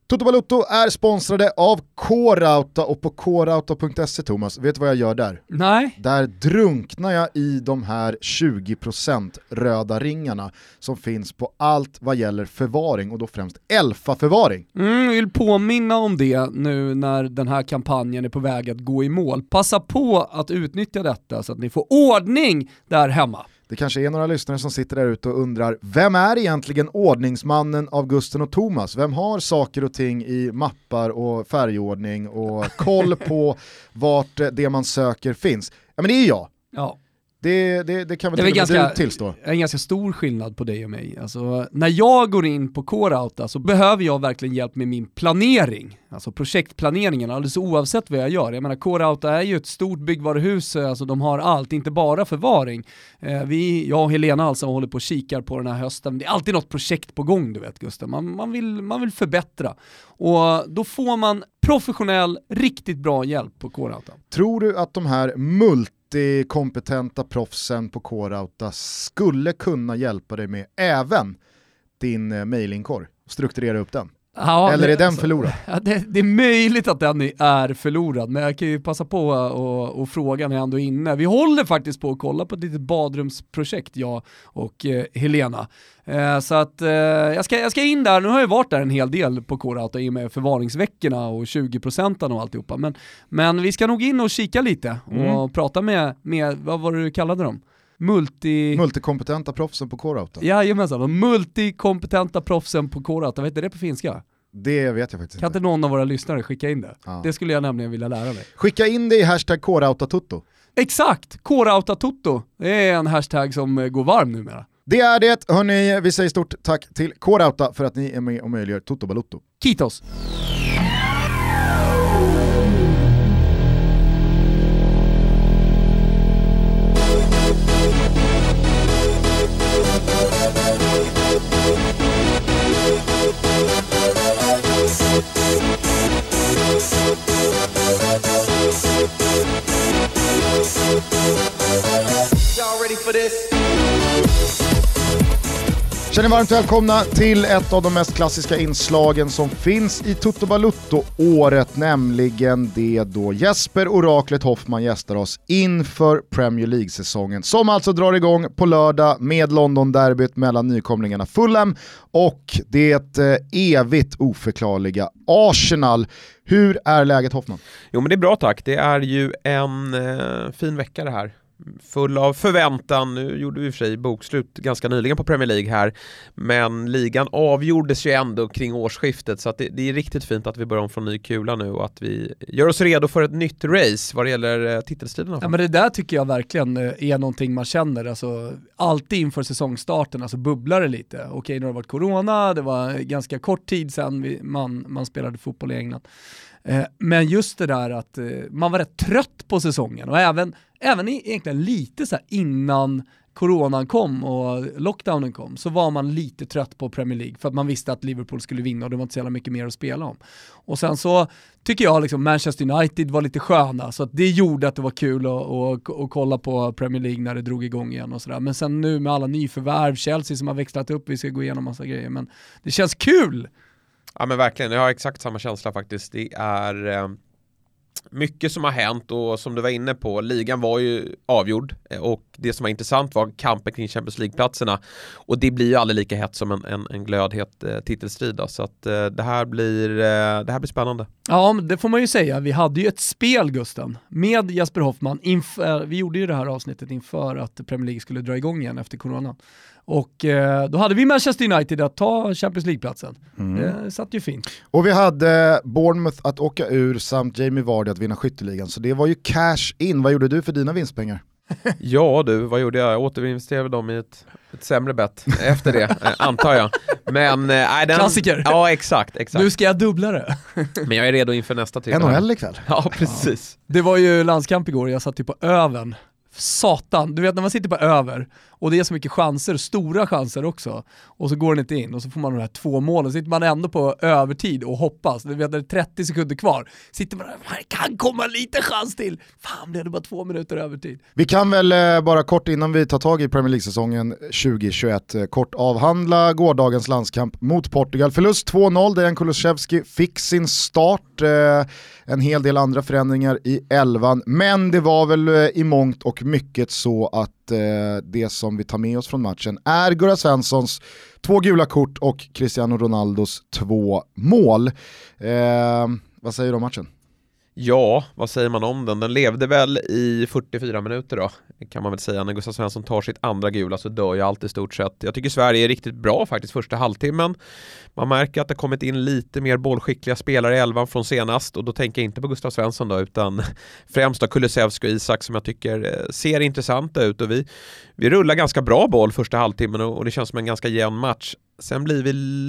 Toto Balotto är sponsrade av K-Rauta, och på krauta.se, Thomas, vet du vad jag gör där? Nej. Där drunknar jag i de här 20% röda ringarna som finns på allt vad gäller förvaring, och då främst Elfa-förvaring. Jag vill påminna om det nu när den här kampanjen är på väg att gå i mål. Passa på att utnyttja detta så att ni får ordning där hemma. Det kanske är några lyssnare som sitter där ute och undrar, vem är egentligen ordningsmannen Augusten och Thomas? Vem har saker och ting i mappar och färgordning och koll på vart det man söker finns? Ja, men det är jag. Ja. Det kan väl du tillstå. Det är en ganska stor skillnad på dig och mig. Alltså, när jag går in på K-Rauta så behöver jag verkligen hjälp med min planering. Alltså projektplaneringen, alldeles oavsett vad jag gör. Jag menar, K-Rauta är ju ett stort byggvaruhus, alltså de har allt, inte bara förvaring. Jag och Helena alltså håller på och kikar på den här hösten. Det är alltid något projekt på gång, du vet, Gustav. Man vill förbättra. Och då får man professionell, riktigt bra hjälp på K-Rauta. Tror du att de här kompetenta proffsen på K-Rauta skulle kunna hjälpa dig med även din mailinkorg? Strukturera upp den. Ja, eller är den förlorad? Ja, det är möjligt att den är förlorad, men jag kan ju passa på och fråga när jag ändå är inne. Vi håller faktiskt på att kolla på ett litet badrumsprojekt, jag och Helena. Så att jag ska in där. Nu har jag varit där en hel del på K-Rauta i och med förvaringsveckorna och 20% och alltihopa. Men vi ska nog in och kika lite och prata med vad var det du kallade dem? Multikompetenta proffsen på K-Rauta. Jajamensan, de multikompetenta proffsen på K-Rauta. Vet du det på finska? Det vet jag faktiskt kan inte någon av våra lyssnare skicka in det? Ja. Det skulle jag nämligen vilja lära mig. Skicka in det i hashtag K-Rauta-Toto. Exakt, K-Rauta-Toto. Det är en hashtag som går varm numera. Det är det, hörni. Vi säger stort tack till K-Rauta för att ni är med och möjliggör Toto Balotto. Kitos! Känner varmt välkomna till ett av de mest klassiska inslagen som finns i Toto Balotto-året, nämligen det då Jesper Oraklet Hoffman gästar oss inför Premier League-säsongen, som alltså drar igång på lördag med London-derbyt mellan nykomlingarna Fulham och det evigt oförklarliga Arsenal. Hur är läget, Hoffman? Jo, men det är bra, tack. Det är ju en fin vecka det här. Full av förväntan. Nu gjorde vi i och för sig bokslut ganska nyligen på Premier League här, men ligan avgjordes ju ändå kring årsskiftet, så att det är riktigt fint att vi börjar om från ny kula nu och att vi gör oss redo för ett nytt race vad det gäller titelstriden. Ja, men det där tycker jag verkligen är någonting man känner, alltså, alltid inför säsongstarten, alltså bubblar det lite. Okej, nu har det varit corona, det var ganska kort tid sedan man spelade fotboll i England. Men just det där att man var rätt trött på säsongen, och även egentligen lite så här innan coronan kom och lockdownen kom, så var man lite trött på Premier League för att man visste att Liverpool skulle vinna och det var inte så jävla mycket mer att spela om. Och sen så tycker jag liksom Manchester United var lite sköna, så att det gjorde att det var kul att kolla på Premier League när det drog igång igen och sådär. Men sen nu med alla nyförvärv, Chelsea som har växlat upp, vi ska gå igenom massa grejer, men det känns kul! Ja, men verkligen, jag har exakt samma känsla faktiskt. Det är mycket som har hänt, och som du var inne på, ligan var ju avgjord, och det som var intressant var kampen kring Champions League-platserna, och det blir ju aldrig lika hett som en glödhet titelstrid då. Så att det här blir spännande. Ja, men det får man ju säga. Vi hade ju ett spel, Gusten, med Jesper Hoffman vi gjorde ju det här avsnittet inför att Premier League skulle dra igång igen efter corona. Och då hade vi Manchester United att ta Champions League-platsen. Det satt ju fint. Och vi hade Bournemouth att åka ur samt Jamie Vardy att vinna skytteligan. Så det var ju cash in. Vad gjorde du för dina vinstpengar? Ja du, vad gjorde jag? Jag återinvesterade dem i ett sämre bett efter det, antar jag. Men klassiker. Ja, exakt. Nu ska jag dubbla det. Men jag är redo inför nästa typ. NHL ikväll. Ja, precis. Det var ju landskamp igår, jag satt ju på övern. Satan, du vet när man sitter på över och det är så mycket chanser, stora chanser också, och så går den inte in och så får man de här 2 målen, så sitter man ändå på övertid och hoppas, det är 30 sekunder kvar, sitter man där, kan komma lite chans till, fan det är bara 2 minuter övertid. Vi kan väl bara kort innan vi tar tag i Premier League-säsongen 2021 kort avhandla gårdagens landskamp mot Portugal. Förlust 2-0, Dejan Kulusevski fick sin start, en hel del andra förändringar i 11, men det var väl i mångt och mycket så att det som vi tar med oss från matchen är Gurra Svenssons 2 gula kort och Cristiano Ronaldos 2 mål. Vad säger du om matchen? Ja, vad säger man om den? Den levde väl i 44 minuter då, kan man väl säga. När Gustav Svensson tar sitt andra gula så dör ju allt i stort sett. Jag tycker Sverige är riktigt bra faktiskt första halvtimmen. Man märker att det kommit in lite mer bollskickliga spelare i 11 från senast, och då tänker jag inte på Gustav Svensson då, utan främst då Kulusevski och Isak som jag tycker ser intressanta ut, och vi rullar ganska bra boll första halvtimmen och det känns som en ganska jämn match. Sen blir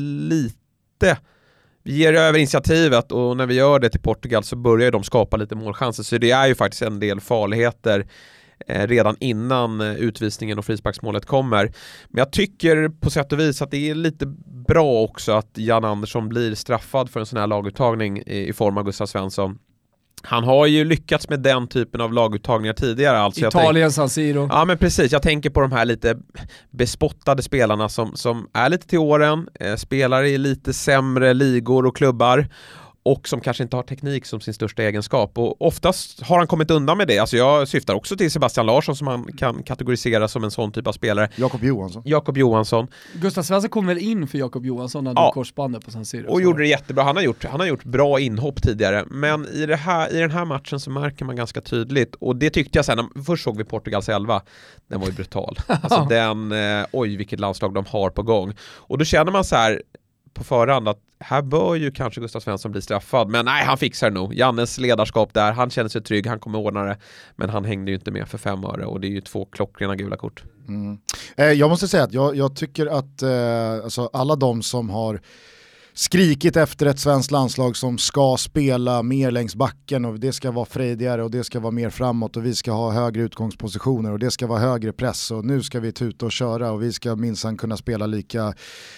vi ger över initiativet, och när vi gör det till Portugal så börjar de skapa lite målchanser, så det är ju faktiskt en del farligheter redan innan utvisningen och frisparksmålet kommer. Men jag tycker på sätt och vis att det är lite bra också att Jan Andersson blir straffad för en sån här laguttagning i form av Gustav Svensson. Han har ju lyckats med den typen av laguttagningar tidigare. Alltså Italien, San Siro. Ja, men precis. Jag tänker på de här lite bespottade spelarna som är lite till åren, spelar i lite sämre ligor och klubbar, och som kanske inte har teknik som sin största egenskap. Och oftast har han kommit undan med det. Alltså jag syftar också till Sebastian Larsson som man kan kategorisera som en sån typ av spelare. Jakob Johansson. Gustav Svensson kom väl in för Jakob Johansson när han korsbandet på San Siro. Och gjorde det jättebra. Han har gjort bra inhopp tidigare. Men i den här matchen så märker man ganska tydligt. Och det tyckte jag sen. Först såg vi Portugals 11. Den var ju brutal. Alltså oj vilket landslag de har på gång. Och då känner man så här på förhand att här bör ju kanske Gustav Svensson bli straffad, men nej, han fixar det nog. Jannes ledarskap där, han känner sig trygg, han kommer ordna det, men han hängde ju inte med för 5 öre, och det är ju 2 klockrena gula kort. Jag måste säga att jag tycker att alltså alla de som har skrikit efter ett svenskt landslag som ska spela mer längs backen, och det ska vara frejdigare och det ska vara mer framåt och vi ska ha högre utgångspositioner och det ska vara högre press och nu ska vi tuta och köra och vi ska minsann kunna spela lika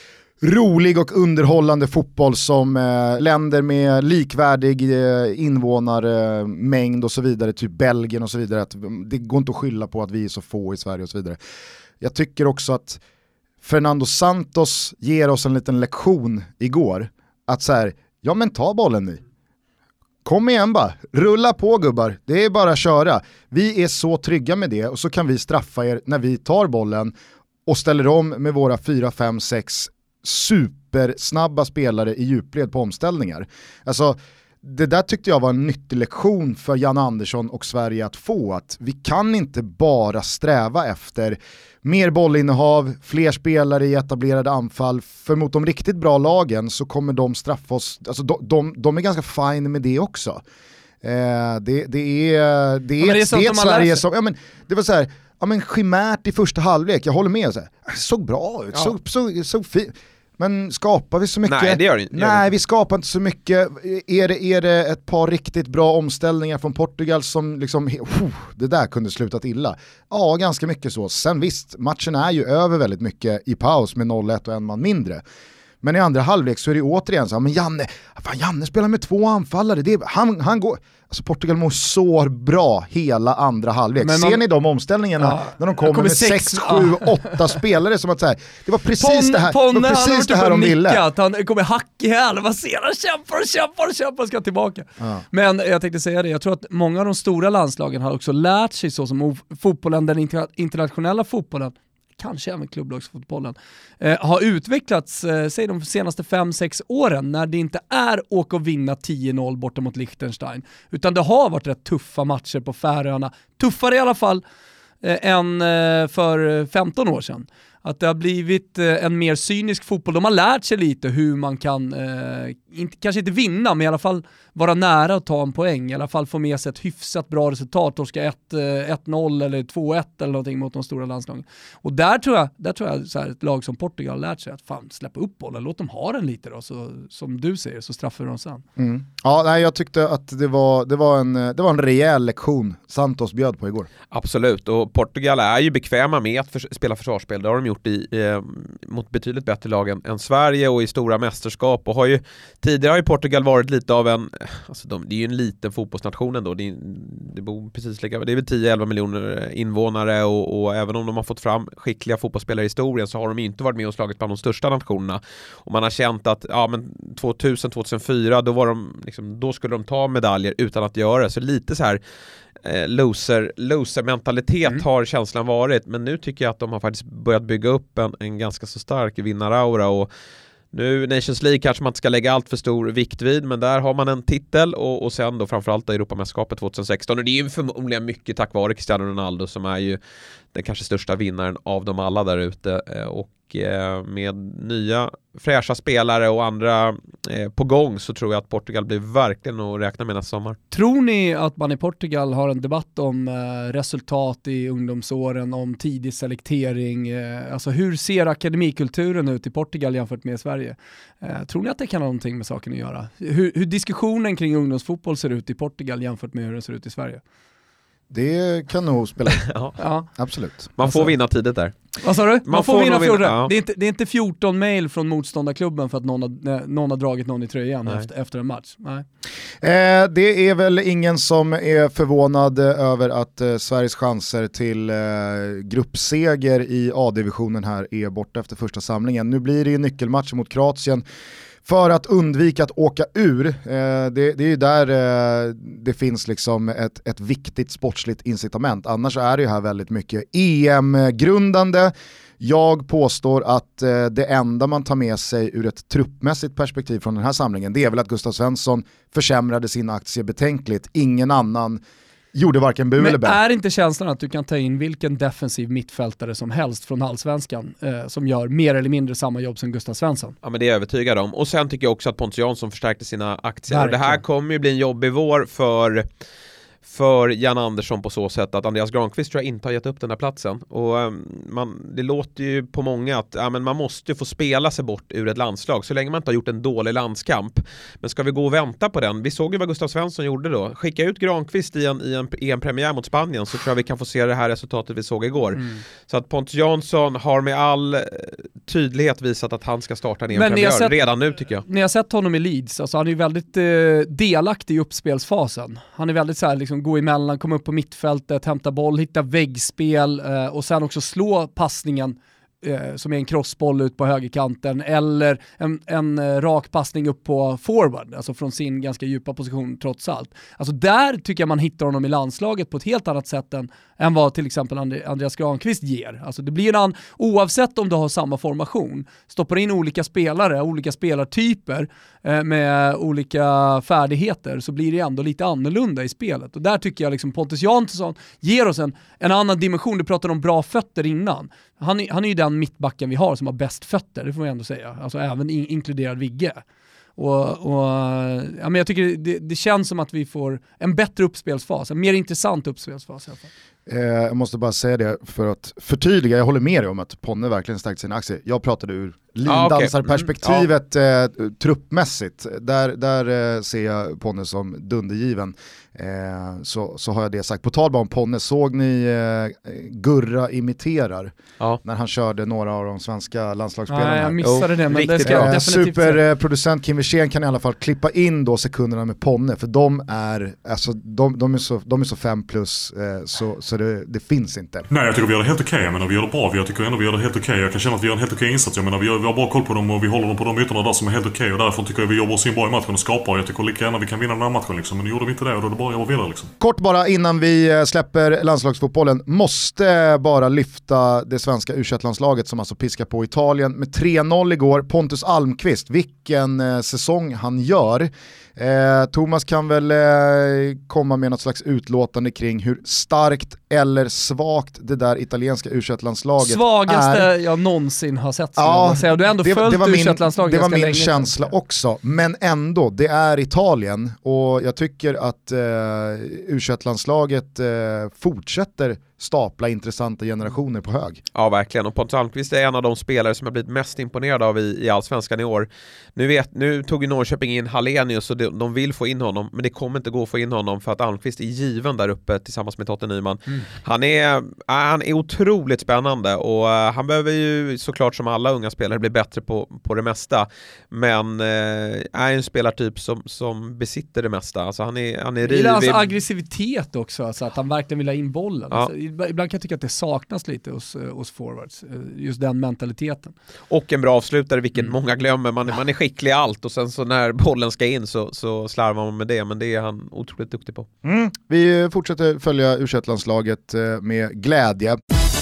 rolig och underhållande fotboll som länder med likvärdig invånarmängd och så vidare, typ Belgien och så vidare. Att det går inte att skylla på att vi är så få i Sverige och så vidare. Jag tycker också att Fernando Santos ger oss en liten lektion igår. Att så här, ja men ta bollen ni. Kom igen bara, rulla på gubbar, det är bara att köra. Vi är så trygga med det och så kan vi straffa er när vi tar bollen och ställer om med våra 4, 5, 6 supersnabba spelare i djupled på omställningar. Alltså, det där tyckte jag var en nyttig lektion för Jan Andersson och Sverige att få, att vi kan inte bara sträva efter mer bollinnehav, fler spelare i etablerade anfall, för mot de riktigt bra lagen så kommer de straffa oss, alltså de är ganska fine med det också. Det är ett Sverige som, ja men det var så här, ja men chimärt i första halvlek, jag håller med, så här, såg bra ut, såg fint. Men skapar vi så mycket? Nej, det gör det inte. Nej, vi skapar inte så mycket. Är det ett par riktigt bra omställningar från Portugal som liksom, det där kunde slutat illa? Ja, ganska mycket så. Sen visst, matchen är ju över väldigt mycket i paus med 0-1 och en man mindre. Men i andra halvlek så är det återigen så här, men Janne spelar med 2 anfallare. Han går... Alltså Portugal mår så bra hela andra halvlek. Ser ni de omställningarna när de kommer med 6, 7, 8 spelare som att säga, det var precis det här de ville. Han kommer hack i häl, vad ser han, kämpar ska tillbaka. Men jag tänkte säga det, jag tror att många av de stora landslagen har också lärt sig så som fotbollen, den internationella fotbollen, kanske även klubblagsfotbollen, har utvecklats säg de senaste 5-6 åren, när det inte är åka och vinna 10-0 borta mot Liechtenstein, utan det har varit rätt tuffa matcher på Färöarna, tuffare i alla fall än för 15 år sedan. Att det har blivit en mer cynisk fotboll. De har lärt sig lite hur man kan, kanske inte vinna, men i alla fall vara nära att ta en poäng. I alla fall få med sig ett hyfsat bra resultat. De ska 1-0 eller 2-1 eller någonting mot de stora landslagen. Och där tror jag så här, ett lag som Portugal har lärt sig att fan, släppa upp bollen. Låt dem ha den lite då, så, som du säger, så straffar de sen. Mm. Ja, nej, jag tyckte att det var en rejäl lektion Santos bjöd på igår. Absolut, och Portugal är ju bekväma med att spela försvarsspel. Det har de gjort mot betydligt bättre lag än Sverige och i stora mästerskap. Och tidigare har ju Portugal varit lite av en, alltså det är ju en liten fotbollsnation ändå. Det bor precis lika, det är väl 10-11 miljoner invånare och även om de har fått fram skickliga fotbollsspelare i historien så har de inte varit med och slagit på de största nationerna. Och man har känt att 2000-2004 då skulle de ta medaljer utan att göra det. Så lite så här loser-mentalitet har känslan varit, men nu tycker jag att de har faktiskt börjat bygga upp en ganska så stark vinnaraura, och nu Nations League kanske man inte ska lägga allt för stor vikt vid, men där har man en titel och sen då framförallt Europamästerskapet 2016, och det är ju förmodligen mycket tack vare Cristiano Ronaldo som är ju den kanske största vinnaren av dem alla där ute, och med nya fräscha spelare och andra på gång så tror jag att Portugal blir verkligen att räkna med nästa sommar. Tror ni att man i Portugal har en debatt om resultat i ungdomsåren, om tidig selektering? Alltså hur ser akademikulturen ut i Portugal jämfört med Sverige? Tror ni att det kan ha någonting med saken att göra? Hur diskussionen kring ungdomsfotboll ser ut i Portugal jämfört med hur den ser ut i Sverige? Det kan nog spela. Ja. Absolut. Man får vinna tidigt där. Vad sa du? Man får vinna 14. Ja. Det är inte 14 mejl från motståndarklubben för att någon har dragit någon i tröjan efter en match. Nej. Det är väl ingen som är förvånad över att Sveriges chanser till gruppseger i A-divisionen här är borta efter första samlingen. Nu blir det ju nyckelmatch mot Kroatien för att undvika att åka ur. Det är ju där det finns liksom ett viktigt sportsligt incitament. Annars är det ju här väldigt mycket EM-grundande. Jag påstår att det enda man tar med sig ur ett truppmässigt perspektiv från den här samlingen, det är väl att Gustav Svensson försämrade sin aktie betänkligt. Ingen annan gjorde varken bu eller bä. Men är inte känslan att du kan ta in vilken defensiv mittfältare som helst från Allsvenskan som gör mer eller mindre samma jobb som Gustav Svensson? Ja, men det är jag övertygad om. Och sen tycker jag också att Pontus Jansson förstärkte sina aktier. Verkligen. Och det här kommer ju bli en jobbig vår för Jan Andersson på så sätt att Andreas Granqvist tror jag inte har gett upp den här platsen. Och det låter ju på många att men man måste få spela sig bort ur ett landslag så länge man inte har gjort en dålig landskamp. Men ska vi gå och vänta på den? Vi såg ju vad Gustav Svensson gjorde då. Skicka ut Granqvist i en premiär mot Spanien, så tror jag vi kan få se det här resultatet vi såg igår. Så att Pontus Jansson har med all tydlighet visat att han ska starta en premiär redan nu, tycker jag. Ni har sett honom i Leeds, alltså han är ju väldigt delaktig i uppspelsfasen. Han är väldigt så här, liksom, gå emellan, komma upp på mittfältet, hämta boll, hitta väggspel och sen också slå passningen som är en crossboll ut på högerkanten eller en rak passning upp på forward, alltså från sin ganska djupa position trots allt. Alltså där tycker jag man hittar honom i landslaget på ett helt annat sätt än vad till exempel Andreas Granqvist ger. Alltså det blir oavsett om du har samma formation, stoppar in olika spelare, olika spelartyper med olika färdigheter, så blir det ändå lite annorlunda i spelet. Och där tycker jag liksom Pontus Jansson ger oss en annan dimension. Du pratade om bra fötter innan. Han är ju den mittbacken vi har som har bäst fötter, det får jag ändå säga. Alltså även inkluderad Vigge. Men jag tycker det känns som att vi får en bättre uppspelsfas, en mer intressant uppspelsfas i alla fall. Jag måste bara säga det för att förtydliga, jag håller med dig om att Ponne verkligen stärkt sina aktier. Jag pratade ur lindansarperspektivet truppmässigt. Där ser jag Ponne som dundergiven. Så har jag det sagt. På tal om Ponne, såg ni Gurra imiterar när han körde några av de svenska landslagsspelarna? Jag missade det, men det ska jag definitivt superproducent Kim Wirsén kan i alla fall klippa in då sekunderna med Ponne, för de är så 5+, så det finns inte. Nej, jag tycker vi gör det helt okej. Jag menar, vi gör det bra. Jag tycker ändå vi gör det helt okej. Jag kan känna att vi gör en helt okej insats. Jag menar, vi har bra koll på dem och vi håller dem på de ytorna där som är helt okej. Och därför tycker jag vi jobbar oss in bra i matchen och skapar. Jag tycker lika gärna vi kan vinna den här matchen liksom. Men nu gjorde vi inte det och då är det bara att jobba vidare liksom. Kort bara innan vi släpper landslagsfotbollen, måste bara lyfta det svenska U21-landslaget som alltså piskar på Italien med 3-0 igår. Pontus Almqvist, vilken säsong han gör. Thomas kan väl komma med något slags utlåtande kring hur starkt eller svagt det där italienska U21-landslaget svagaste jag någonsin har sett. Ja, du har ändå följt U21-landslaget. Det var min länge. känsla också, men ändå, det är Italien och jag tycker att U21-landslaget fortsätter stapla intressanta generationer på hög. Ja, verkligen. Och Pontus Almqvist är en av de spelare som jag blivit mest imponerad av i Allsvenskan i år. Nu tog ju Norrköping in Hallenius och de vill få in honom, men det kommer inte gå att få in honom för att Almqvist är given där uppe tillsammans med Totte Nyman. Han är otroligt spännande och han behöver ju såklart som alla unga spelare bli bättre på det mesta, men är en spelartyp som besitter det mesta. Alltså han är rivig. Det är hans aggressivitet också, alltså att han verkligen vill ha in bollen. Ja. Alltså, ibland kan jag tycka att det saknas lite hos forwards, just den mentaliteten. Och en bra avslutare, vilket många glömmer. Man är skicklig i allt och sen så när bollen ska in så slarvar man med det, men det är han otroligt duktig på. Vi fortsätter följa U21-landslaget med glädje.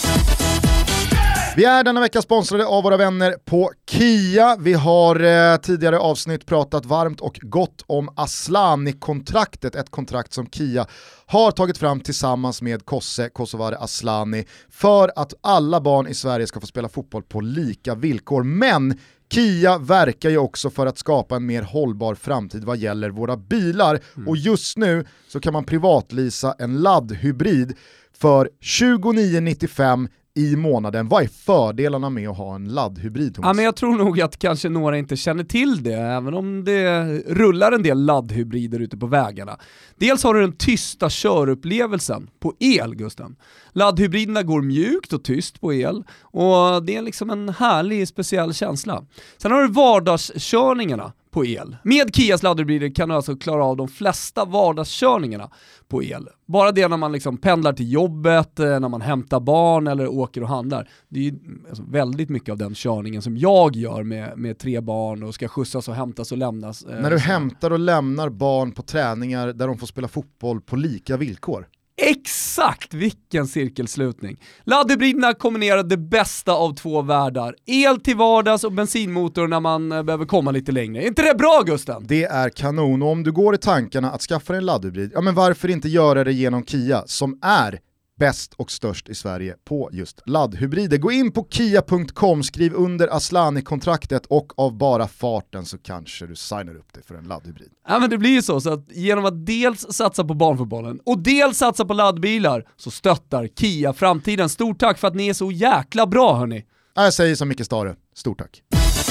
Vi är denna vecka sponsrade av våra vänner på Kia. Vi har tidigare avsnitt pratat varmt och gott om Asllani-kontraktet, ett kontrakt som Kia har tagit fram tillsammans med Kosovare Asllani för att alla barn i Sverige ska få spela fotboll på lika villkor. Men Kia verkar ju också för att skapa en mer hållbar framtid vad gäller våra bilar. Och just nu så kan man privatleasa en laddhybrid för 29,95 i månaden. Vad är fördelarna med att ha en laddhybrid, Thomas? Ja, men jag tror nog att kanske några inte känner till det, även om det rullar en del laddhybrider ute på vägarna. Dels har du den tysta körupplevelsen på el, Gusten. Laddhybriderna går mjukt och tyst på el och det är liksom en härlig speciell känsla. Sen har du vardagskörningarna på el. Med Kias laddhybrider kan du alltså klara av de flesta vardagskörningarna på el. Bara det när man liksom pendlar till jobbet, när man hämtar barn eller åker och handlar. Det är ju alltså väldigt mycket av den körningen som jag gör med 3 barn och ska skjutsas och hämtas och lämnas. När du hämtar och lämnar barn på träningar där de får spela fotboll på lika villkor. Exakt, vilken cirkelslutning. Laddhybriderna kombinerar det bästa av 2 världar. El till vardags och bensinmotor när man behöver komma lite längre. Är inte det bra, Gusten? Det är kanon, och om du går i tankarna att skaffa en laddhybrid, ja men varför inte göra det genom Kia som är bäst och störst i Sverige på just laddhybrider. Gå in på kia.com, skriv under Asllani-kontraktet och av bara farten så kanske du signar upp dig för en laddhybrid. Ja, men det blir ju så att genom att dels satsa på barnfotbollen och dels satsa på laddbilar så stöttar Kia framtiden. Stort tack för att ni är så jäkla bra, hörni. Jag säger som Micke Stare, stort tack.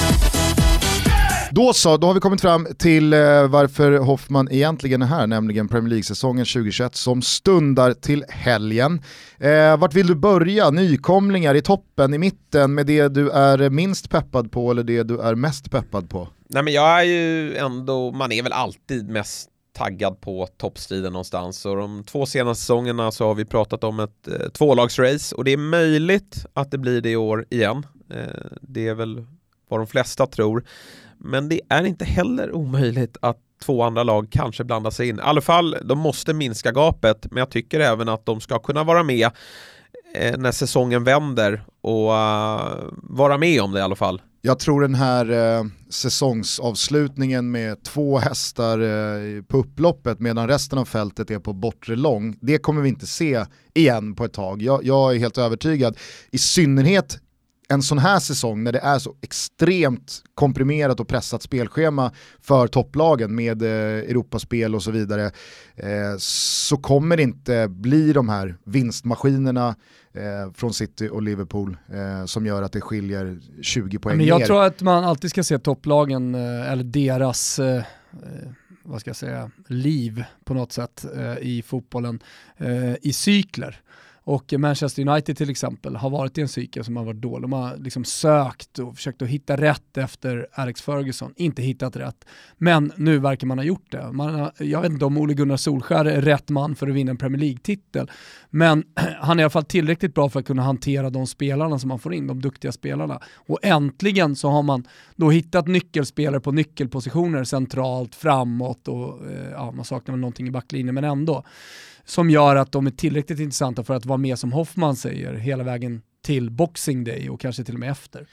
Då har vi kommit fram till varför Hoffman egentligen är här, nämligen Premier League-säsongen 2021 som stundar till helgen. Vart vill du börja? Nykomlingar i toppen, i mitten, med det du är minst peppad på eller det du är mest peppad på? Nej, men jag är ju ändå, man är väl alltid mest taggad på toppstriden någonstans, och de 2 senaste säsongerna så har vi pratat om ett 2-lagsrace och det är möjligt att det blir det i år igen. Det är väl vad de flesta tror. Men det är inte heller omöjligt att 2 andra lag kanske blandar sig in. I alla fall, de måste minska gapet, men jag tycker även att de ska kunna vara med när säsongen vänder och vara med om det i alla fall. Jag tror den här säsongsavslutningen med 2 hästar på upploppet medan resten av fältet är på bortre lång, det kommer vi inte se igen på ett tag. Jag är helt övertygad. I synnerhet en sån här säsong när det är så extremt komprimerat och pressat spelschema för topplagen med Europaspel och så vidare, så kommer det inte bli de här vinstmaskinerna från City och Liverpool som gör att det skiljer 20 poäng Men jag ner. tror att man alltid ska se topplagen eller deras vad ska jag säga, liv på något sätt i fotbollen i cykler. Och Manchester United till exempel har varit i en cykel som har varit dålig. De har liksom sökt och försökt att hitta rätt efter Alex Ferguson. Inte hittat rätt. Men nu verkar man ha gjort det. Jag vet inte om Ole Gunnar Solskjær är rätt man för att vinna en Premier League-titel. Men han är i alla fall tillräckligt bra för att kunna hantera de spelarna som man får in. De duktiga spelarna. Och äntligen så har man då hittat nyckelspelare på nyckelpositioner centralt, framåt och man saknar väl någonting i backlinjen, men ändå. Som gör att de är tillräckligt intressanta för att vara med, som Hoffman säger, hela vägen till Boxing Day och kanske till och med efter.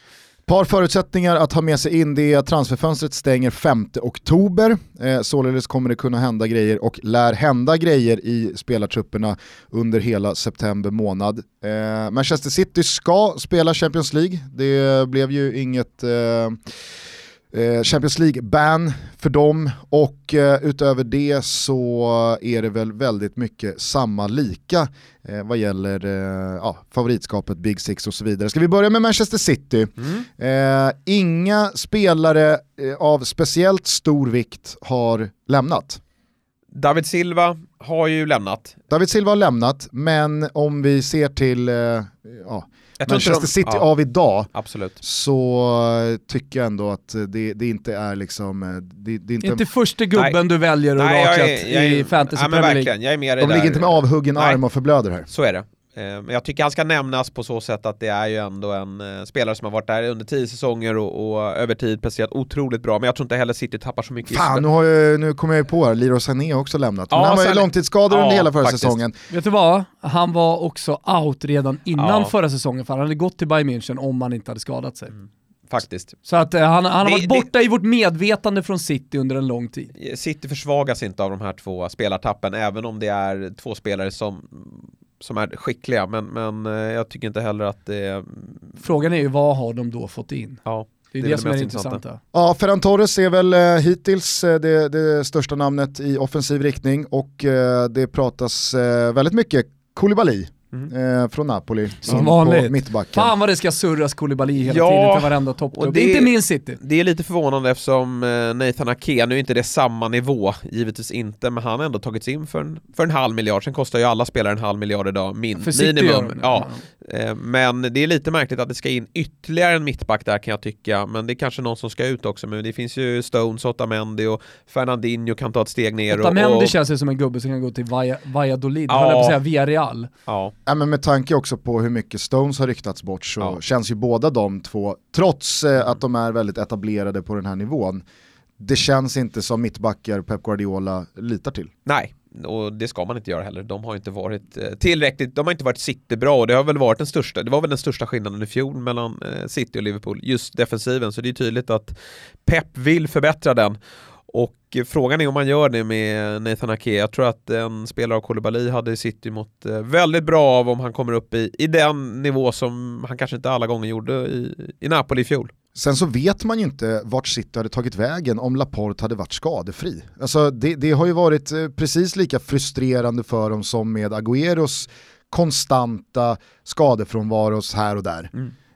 Par förutsättningar att ha med sig in det är att transferfönstret stänger 5 oktober. Således kommer det kunna hända grejer och lär hända grejer i spelartrupperna under hela september månad. Manchester City ska spela Champions League. Det blev ju inget Champions League-ban för dem, och utöver det så är det väl väldigt mycket samma lika vad gäller favoritskapet, Big Six och så vidare. Ska vi börja med Manchester City? Inga spelare av speciellt stor vikt har lämnat. David Silva har ju lämnat. David Silva har lämnat, men om vi ser till Manchester City av idag, absolut, så tycker jag ändå att det inte är liksom... Det är inte första gubben du väljer oraklet i Fantasy Premier League. Jag är med de ligger inte med avhuggen arm och förblöder här. Så är det. Men jag tycker han ska nämnas på så sätt att det är ju ändå en spelare som har varit där under 10 säsonger och över tid presterat otroligt bra, men jag tror inte heller City tappar så mycket. Fan, nu kommer jag ju på här, Leroy Sané har också lämnat. Men han var ju långtidsskadad under hela förra säsongen. Vet du vad? Han var också out redan innan förra säsongen, för han hade gått till Bayern München om han inte hade skadat sig. Faktiskt. Så att han har varit borta i vårt medvetande från City under en lång tid. City försvagas inte av de här 2 spelartappen, även om det är 2 spelare som är skickliga, men jag tycker inte heller att det är... Frågan är ju, vad har de då fått in? Ja, det är det som är intressanta. Ja, Ferran Torres är väl hittills det största namnet i offensiv riktning, och det pratas väldigt mycket Koulibaly. Från Napoli som vanligt på mittbacken. Fan vad det ska surras Koulibaly hela tiden till varenda toppklubb. Inte min City. Det är lite förvånande eftersom Nathan Ake, nu är inte det samma nivå, givetvis inte, men han har ändå tagits in för en halv miljard. Sen kostar ju alla spelare en halv miljard idag minimum. Men det är lite märkligt att det ska in ytterligare en mittback där, kan jag tycka, men det är kanske någon som ska ut också. Men det finns ju Stones, Otamendi och Fernandinho kan ta ett steg ner. Otamendi känns ju som en gubbe som kan gå till Valladolid, höll jag på att säga Villarreal. Ja, men med tanke också på hur mycket Stones har ryktats bort, så känns ju båda de två, trots att de är väldigt etablerade på den här nivån, det känns inte som mittbackar Pep Guardiola litar till. Nej, och det ska man inte göra heller. De har inte varit tillräckligt, de har inte varit City bra, och det har väl varit den största skillnaden i fjol mellan City och Liverpool, just defensiven, så det är tydligt att Pep vill förbättra den. Och frågan är om man gör det med Nathan Ake. Jag tror att en spelare av Koulibaly hade City mått väldigt bra av om han kommer upp i den nivå som han kanske inte alla gånger gjorde i Napoli i fjol. Sen så vet man ju inte vart City hade tagit vägen om Laporte hade varit skadefri. Alltså det har ju varit precis lika frustrerande för dem som med Agüeros konstanta skadefrånvaros här och där.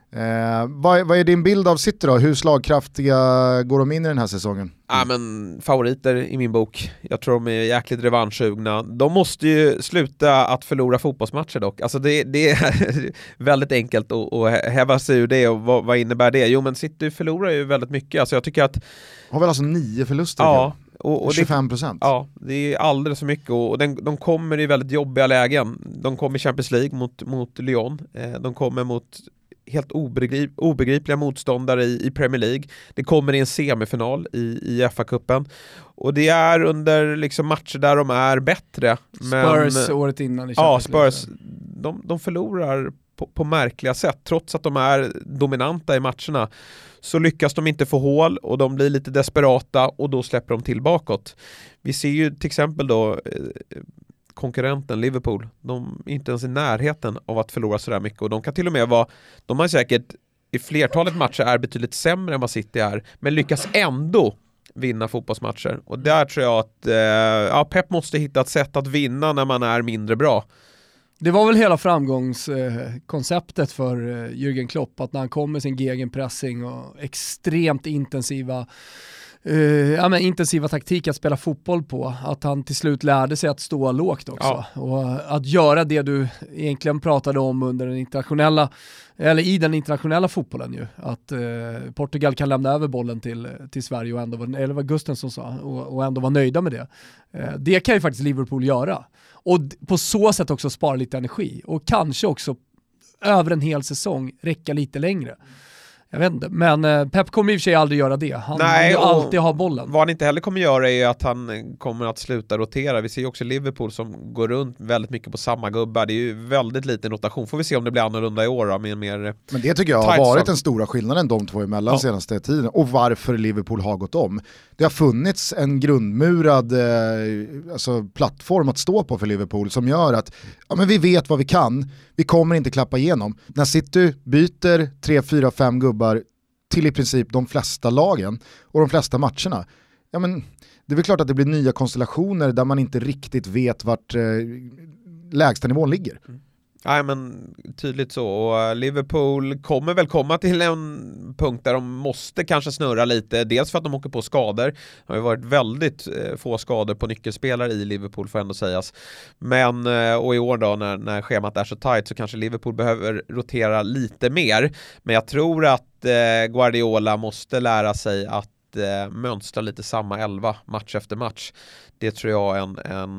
Vad är din bild av City då? Hur slagkraftiga går de in i den här säsongen? Ja, men favoriter i min bok. Jag tror de är jäkligt revanschsugna. De måste ju sluta att förlora fotbollsmatcher dock. Alltså det är väldigt enkelt att häva sig ur det, och vad innebär det? Jo, men City förlorar ju väldigt mycket. Alltså jag tycker att... Har väl alltså 9 förluster? Ja. Och 25%. Ja, det är alldeles för mycket, och de kommer i väldigt jobbiga lägen. De kommer i Champions League mot Lyon. De kommer mot helt obegripliga motståndare i Premier League. Det kommer i en semifinal i FA-cupen. Och det är under liksom matcher där de är bättre. Spurs året innan i Champions League. Ja, Spurs. De förlorar på märkliga sätt. Trots att de är dominanta i matcherna så lyckas de inte få hål, och de blir lite desperata, och då släpper de till bakåt. Vi ser ju till exempel då konkurrenten Liverpool, de är inte ens i närheten av att förlora så där mycket, och de kan till och med de har säkert i flertalet matcher är betydligt sämre än vad City är, men lyckas ändå vinna fotbollsmatcher. Och där tror jag att Pep måste hitta ett sätt att vinna när man är mindre bra. Det var väl hela framgångskonceptet för Jürgen Klopp, att när han kom med sin gegenpressing och extremt intensiva taktik att spela fotboll på, att han till slut lärde sig att stå lågt också, och att göra det du egentligen pratade om under i den internationella fotbollen ju, att Portugal kan lämna över bollen till Sverige och ändå eller vad Gusten som sa, och ändå vara nöjda med det. Det kan ju faktiskt Liverpool göra, och på så sätt också spara lite energi, och kanske också över en hel säsong räcka lite längre. Jag vet inte, men Pep kommer i och för sig aldrig göra det. Han vill ju alltid ha bollen. Vad han inte heller kommer göra är att han kommer att sluta rotera. Vi ser ju också Liverpool som går runt väldigt mycket på samma gubbar. Det är ju väldigt liten rotation. Får vi se om det blir annorlunda i år då, med mer. Men det tycker jag har varit den stora skillnaden de två emellan senaste tiden. Och varför Liverpool har gått om. Det har funnits en grundmurad plattform att stå på för Liverpool som gör att men vi vet vad vi kan. Vi kommer inte klappa igenom. När City byter 3, 4, 5 gubbar till i princip de flesta lagen och de flesta matcherna, det är väl klart att det blir nya konstellationer där man inte riktigt vet vart lägsta nivån ligger. Nej, men tydligt så. Och Liverpool kommer väl komma till en punkt där de måste kanske snurra lite. Dels för att de åker på skador. Det har ju varit väldigt få skador på nyckelspelare i Liverpool, får ändå sägas. Men, och i år då när schemat är så tajt så kanske Liverpool behöver rotera lite mer. Men jag tror att Guardiola måste lära sig att mönstra lite samma 11 match efter match. Det tror jag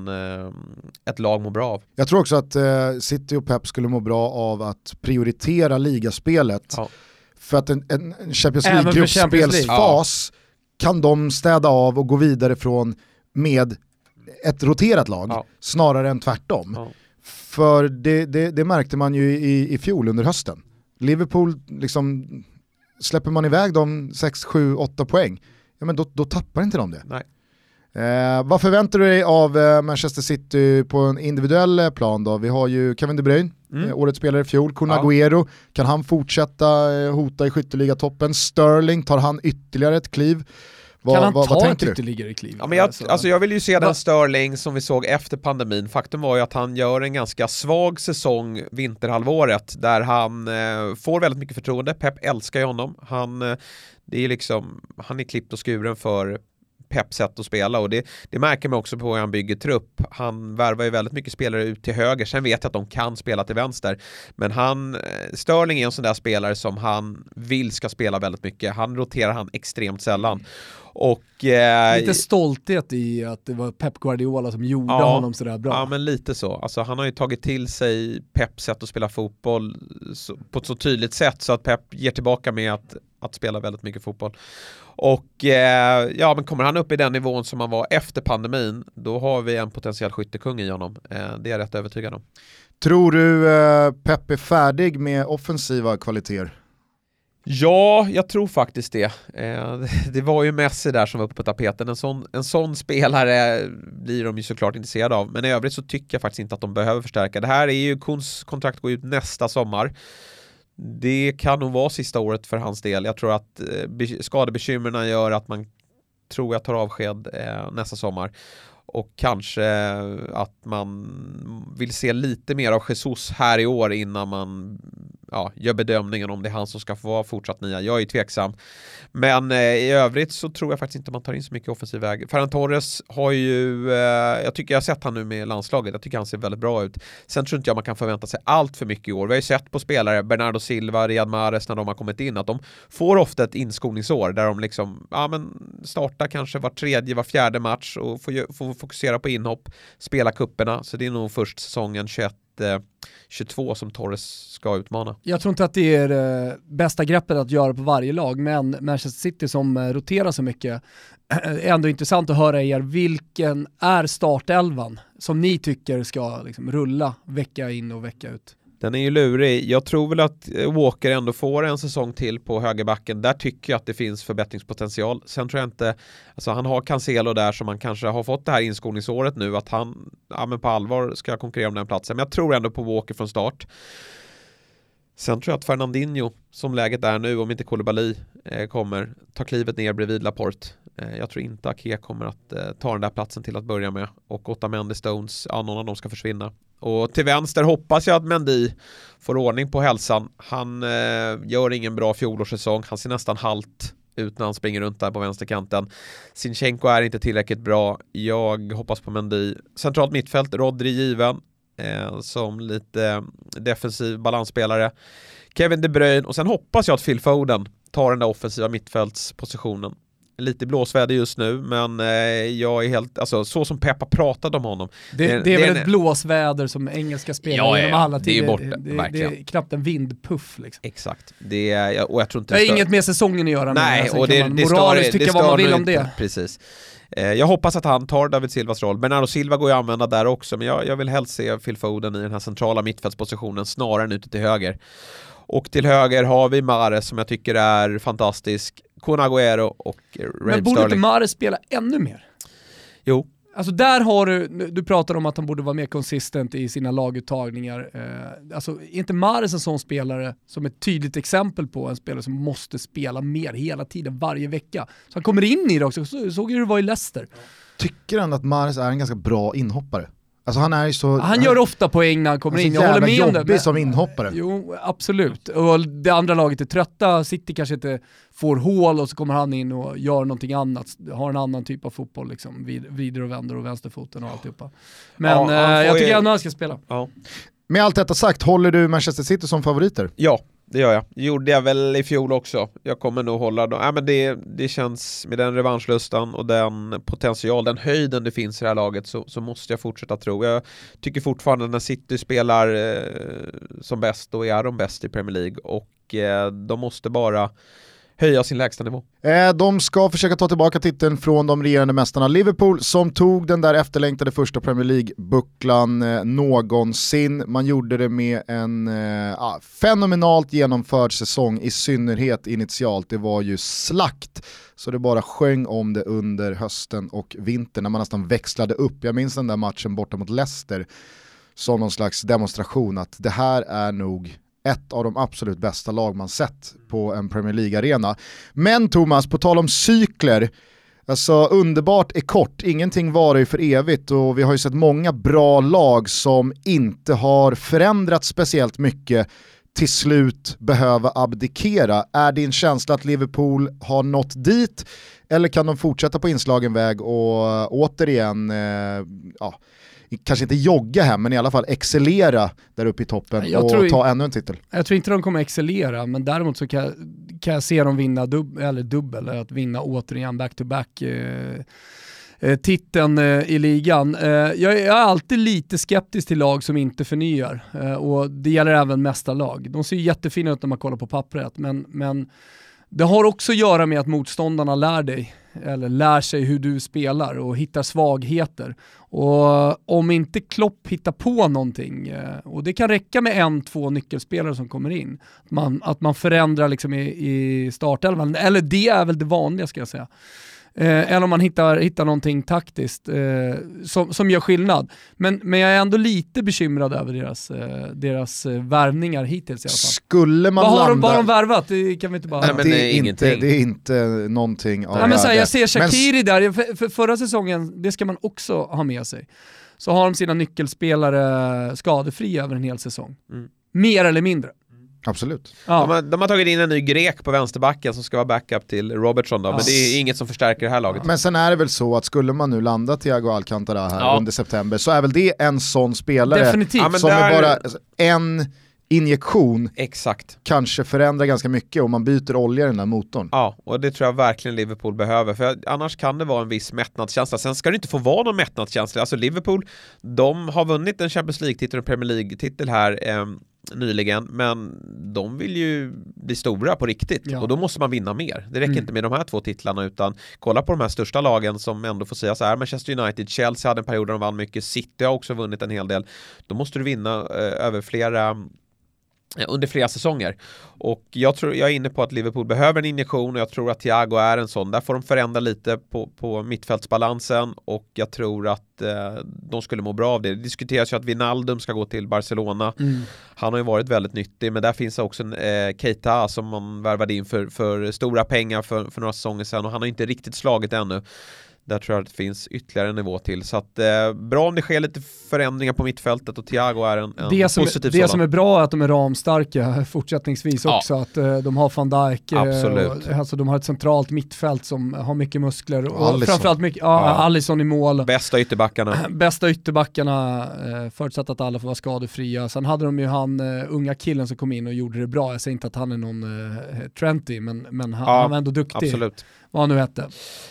ett lag mår bra av. Jag tror också att City och Pep skulle må bra av att prioritera ligaspelet. Ja. För att en Champions League-gruppspelsfas kan de städa av och gå vidare från med ett roterat lag snarare än tvärtom. Ja. För det märkte man ju i fjol under hösten. Liverpool liksom, släpper man iväg de 6, 7, 8 poäng, men då tappar inte de det. Nej. Vad förväntar du dig av Manchester City på en individuell plan då? Vi har ju Kevin De Bruyne, årets spelare i fjol. Kun Agüero, kan han fortsätta hota i skytteliga-toppen? Sterling, tar han ytterligare ett kliv? Kan han ta ett ytterligare kliv? Ja, men jag vill ju se den Sterling som vi såg efter pandemin. Faktum var ju att han gör en ganska svag säsong vinterhalvåret där han får väldigt mycket förtroende. Pep älskar ju honom. Han är klippt och skuren för Peps sätt att spela, och det märker man också på hur han bygger trupp. Han värvar ju väldigt mycket spelare ut till höger. Sen vet jag att de kan spela till vänster. Men Sterling är en sån där spelare som han vill ska spela väldigt mycket. Han roterar extremt sällan. Och lite stolthet i att det var Pep Guardiola som gjorde honom sådär bra. Ja, men lite så. Alltså, han har ju tagit till sig Peps sätt att spela fotboll på ett så tydligt sätt så att Pep ger tillbaka med att spela väldigt mycket fotboll. Och men kommer han upp i den nivån som han var efter pandemin, då har vi en potentiell skyttekung i honom. Det är jag rätt övertygad om. Tror du Pep är färdig med offensiva kvaliteter? Ja, jag tror faktiskt det. Det var ju Messi där som var uppe på tapeten. En sån spelare blir de ju såklart intresserade av. Men i övrigt så tycker jag faktiskt inte att de behöver förstärka. Det här är ju Kuns kontrakt går ut nästa sommar. Det kan nog vara sista året för hans del. Jag tror att skadebekymmerna gör att man tror jag tar avsked nästa sommar. Och kanske att man vill se lite mer av Jesus här i år innan man gör bedömningen om det är han som ska få vara fortsatt nia. Jag är tveksam. Men i övrigt så tror jag faktiskt inte man tar in så mycket offensiv väg. Ferran Torres har ju, jag tycker jag har sett han nu med landslaget. Jag tycker han ser väldigt bra ut. Sen tror inte jag man kan förvänta sig allt för mycket i år. Vi har ju sett på spelare, Bernardo Silva, Riyad Mahrez, när de har kommit in, att de får ofta ett inskolningsår där de liksom, startar kanske var tredje, var fjärde match och får fokusera på inhopp, spela kupperna. Så det är nog först säsongen 21-22 som Torres ska utmana. Jag tror inte att det är det bästa greppet att göra på varje lag, men Manchester City som roterar så mycket är ändå intressant att höra er. Vilken är startelvan som ni tycker ska liksom rulla vecka in och vecka ut? Den är ju lurig. Jag tror väl att Walker ändå får en säsong till på högerbacken. Där tycker jag att det finns förbättringspotential. Sen tror jag inte, alltså han har Cancelo där som man kanske har fått det här inskolningsåret nu, att han på allvar ska konkurrera om den platsen. Men jag tror ändå på Walker från start. Sen tror jag att Fernandinho, som läget är nu, om inte Koulibaly kommer ta klivet ner bredvid Laporte. Jag tror inte Ake kommer att ta den där platsen till att börja med. Och Otamendi, Stones, någon av dem ska försvinna. Och till vänster hoppas jag att Mendy får ordning på hälsan. Han gör ingen bra fjolårssäsong. Han ser nästan halt ut när han springer runt där på vänsterkanten. Zinchenko är inte tillräckligt bra. Jag hoppas på Mendy. Centralt mittfält, Rodri given som lite defensiv balansspelare. Kevin De Bruyne, och sen hoppas jag att Phil Foden tar den där offensiva mittfältspositionen. lite blåsväder just nu, men jag är helt, alltså så som Peppa pratade om honom. Det är väl ett blåsväder som engelska spelare genom alla tider. Det är borta, det är knappt en vindpuff liksom. Exakt. Och jag tror inte det har inget med säsongen att göra. Nej, och det moraliskt tycka vad man vill om det. Precis. Jag hoppas att han tar David Silvas roll. Bernardo Silva går ju att använda där också, men jag vill helst se Phil Foden i den här centrala mittfältspositionen snarare än ute till höger. Och till höger har vi Mahrez som jag tycker är fantastisk, Kun Agüero och Raheem Sterling. Men borde inte Mahrez spela ännu mer? Jo. Alltså där har du pratar om att han borde vara mer konsistent i sina laguttagningar. Alltså är inte Mahrez en sån spelare som ett tydligt exempel på en spelare som måste spela mer hela tiden, varje vecka? Så han kommer in i det också, såg ju det var i Leicester. Tycker han att Mahrez är en ganska bra inhoppare? Alltså han är ju så... Han gör ofta poäng när han kommer in. Jag håller med om det. Jobbig som inhoppare. Jo, absolut. Och det andra laget är trötta. City kanske inte får hål och så kommer han in och gör någonting annat. Har en annan typ av fotboll liksom. Vrider och vänder och vänsterfoten och alltihopa. Men jag tycker ändå han ska spela. Ja. Med allt detta sagt, håller du Manchester City som favoriter? Ja, det gör jag. Det gjorde jag väl i fjol också. Jag kommer nog hålla dem. Men det känns med den revanschlustan och den potential, den höjden det finns i det här laget så måste jag fortsätta tro. Jag tycker fortfarande när City spelar som bäst, då är de bäst i Premier League och de måste bara höja sin lägsta nivå. De ska försöka ta tillbaka titeln från de regerande mästarna Liverpool som tog den där efterlängtade första Premier League-bucklan någonsin. Man gjorde det med en fenomenalt genomförd säsong, i synnerhet initialt. Det var ju slakt. Så det bara sjöng om det under hösten och vintern när man nästan växlade upp. Jag minns den där matchen borta mot Leicester som någon slags demonstration att det här är nog ett av de absolut bästa lag man sett på en Premier League-arena. Men Thomas, på tal om cykler, alltså underbart är kort, ingenting varar ju för evigt och vi har ju sett många bra lag som inte har förändrats speciellt mycket till slut behöva abdikera. Är din känsla att Liverpool har nått dit eller kan de fortsätta på inslagen väg och återigen kanske inte jogga hem, men i alla fall excellera där uppe i toppen och ta ännu en titel? Jag tror inte de kommer excellera, men däremot så kan jag se dem vinna dubbel, att vinna återigen back-to-back titeln i ligan. Jag är alltid lite skeptisk till lag som inte förnyar och det gäller även mästarlag. De ser ju jättefina ut när man kollar på pappret, men det har också att göra med att motståndarna lär sig hur du spelar och hittar svagheter. Och om inte Klopp hittar på någonting, och det kan räcka med 1-2 nyckelspelare som kommer in, att man förändrar liksom i startelvan, eller det är väl det vanliga ska jag säga. Eller om man hittar någonting taktiskt som gör skillnad. Men jag är ändå lite bekymrad över deras värvningar hittills i alla fall. Skulle man vad har de värvat? Det kan vi inte bara... Nej, men det är inte någonting av... Nej, men så här, jag ser Shaqiri där, för förra säsongen, det ska man också ha med sig. Så har de sina nyckelspelare skadefria över en hel säsong. Mer eller mindre. Absolut. Ja. De har tagit in en ny grek på vänsterbacken som ska vara backup till Robertson då, men det är inget som förstärker det här laget. Men sen är det väl så att skulle man nu landa Thiago Alcantara här under september så är väl det en sån spelare. Definitivt. Som är bara en injektion. Exakt. Kanske förändrar ganska mycket om man byter olja i den här motorn. Ja, och det tror jag verkligen Liverpool behöver, för annars kan det vara en viss mättnadskänsla. Sen ska det inte få vara någon mättnadskänsla. Alltså Liverpool, de har vunnit en Champions League-titel och Premier League-titel här nyligen, men de vill ju bli stora på riktigt och då måste man vinna mer. Det räcker inte med de här 2 titlarna, utan kolla på de här största lagen som ändå får säga så här: Manchester United, Chelsea hade en period där de vann mycket, City har också vunnit en hel del. Då måste du vinna under flera säsonger. Och jag är inne på att Liverpool behöver en injektion och jag tror att Thiago är en sån. Där får de förändra lite på mittfältsbalansen och jag tror att de skulle må bra av det. Det diskuteras ju att Wijnaldum ska gå till Barcelona. Han har ju varit väldigt nyttig, men där finns också en Keita som man värvade in för stora pengar för några säsonger sedan och han har inte riktigt slagit ännu. Där tror jag att det finns ytterligare en nivå till. Så att, bra om det sker lite förändringar på mittfältet och Thiago är en positiv det som är bra är att de är ramstarka fortsättningsvis också. Att de har Van Dijk. Alltså de har ett centralt mittfält som har mycket muskler. Och framförallt mycket, Alisson i mål. Bästa ytterbackarna förutsatt att alla får vara skadefria. Sen hade de ju han unga killen som kom in och gjorde det bra. Jag säger inte att han är någon Trenty, men han var ändå duktig. Absolut. Vad han nu hette.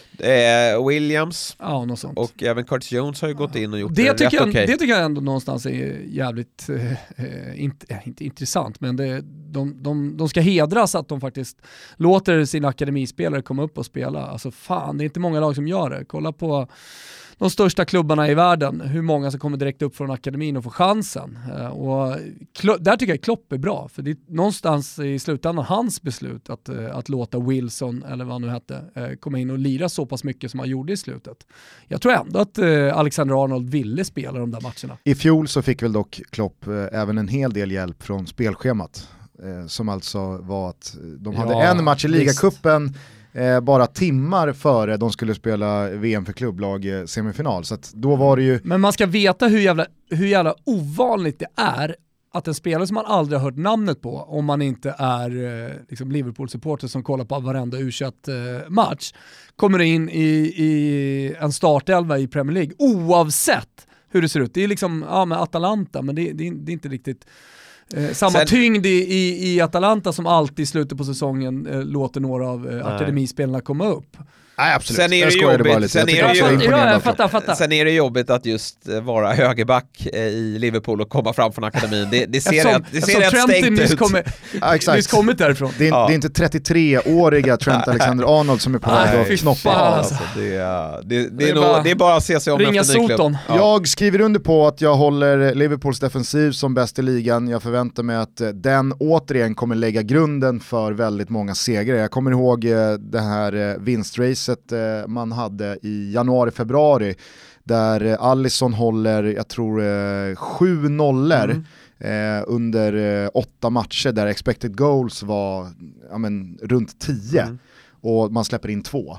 Williams något sånt. och även Curtis Jones har ju gått in och gjort det rätt okej. Det tycker jag ändå någonstans är jävligt inte intressant, men de ska hedras att de faktiskt låter sina akademispelare komma upp och spela. Alltså fan, det är inte många lag som gör det. Kolla på de största klubbarna i världen, hur många som kommer direkt upp från akademin och får chansen. Och där tycker jag Klopp är bra, för det är någonstans i slutändan hans beslut att låta Wilson, eller vad han nu hette, komma in och lira så pass mycket som han gjorde i slutet. Jag tror ändå att Alexander-Arnold ville spela de där matcherna. I fjol så fick väl dock Klopp även en hel del hjälp från spelschemat, som alltså var att de hade en match i ligacupen bara timmar före de skulle spela VM för klubblag semifinal. Så att då var det ju... Men man ska veta hur jävla ovanligt det är att en spelare som man aldrig har hört namnet på, om man inte är liksom Liverpool-supporter som kollar på varenda U21-match, kommer in i en startelva i Premier League oavsett hur det ser ut. Det är liksom med Atalanta, men det är inte riktigt samma tyngd i Atalanta som alltid i slutet på säsongen låter några av akademispelarna komma upp. Nej, absolut. Sen är det jobbigt. Sen är det jobbigt att just vara högerback i Liverpool och komma fram från akademin. Det ser rätt stängt ut. Nyss kommit därifrån. Det är inte 33-åriga Trent Alexander-Arnold som är på väg att knoppa. Alltså, det är bara att se sig om efter ny klubb. Jag skriver under på att jag håller Liverpools defensiv som bäst i ligan. Jag förväntar mig att den återigen kommer lägga grunden för väldigt många segrar. Jag kommer ihåg det här vinstracet man hade i januari-februari där Alisson håller, jag tror 7-0 under 8 matcher där expected goals var runt 10 och man släpper in 2.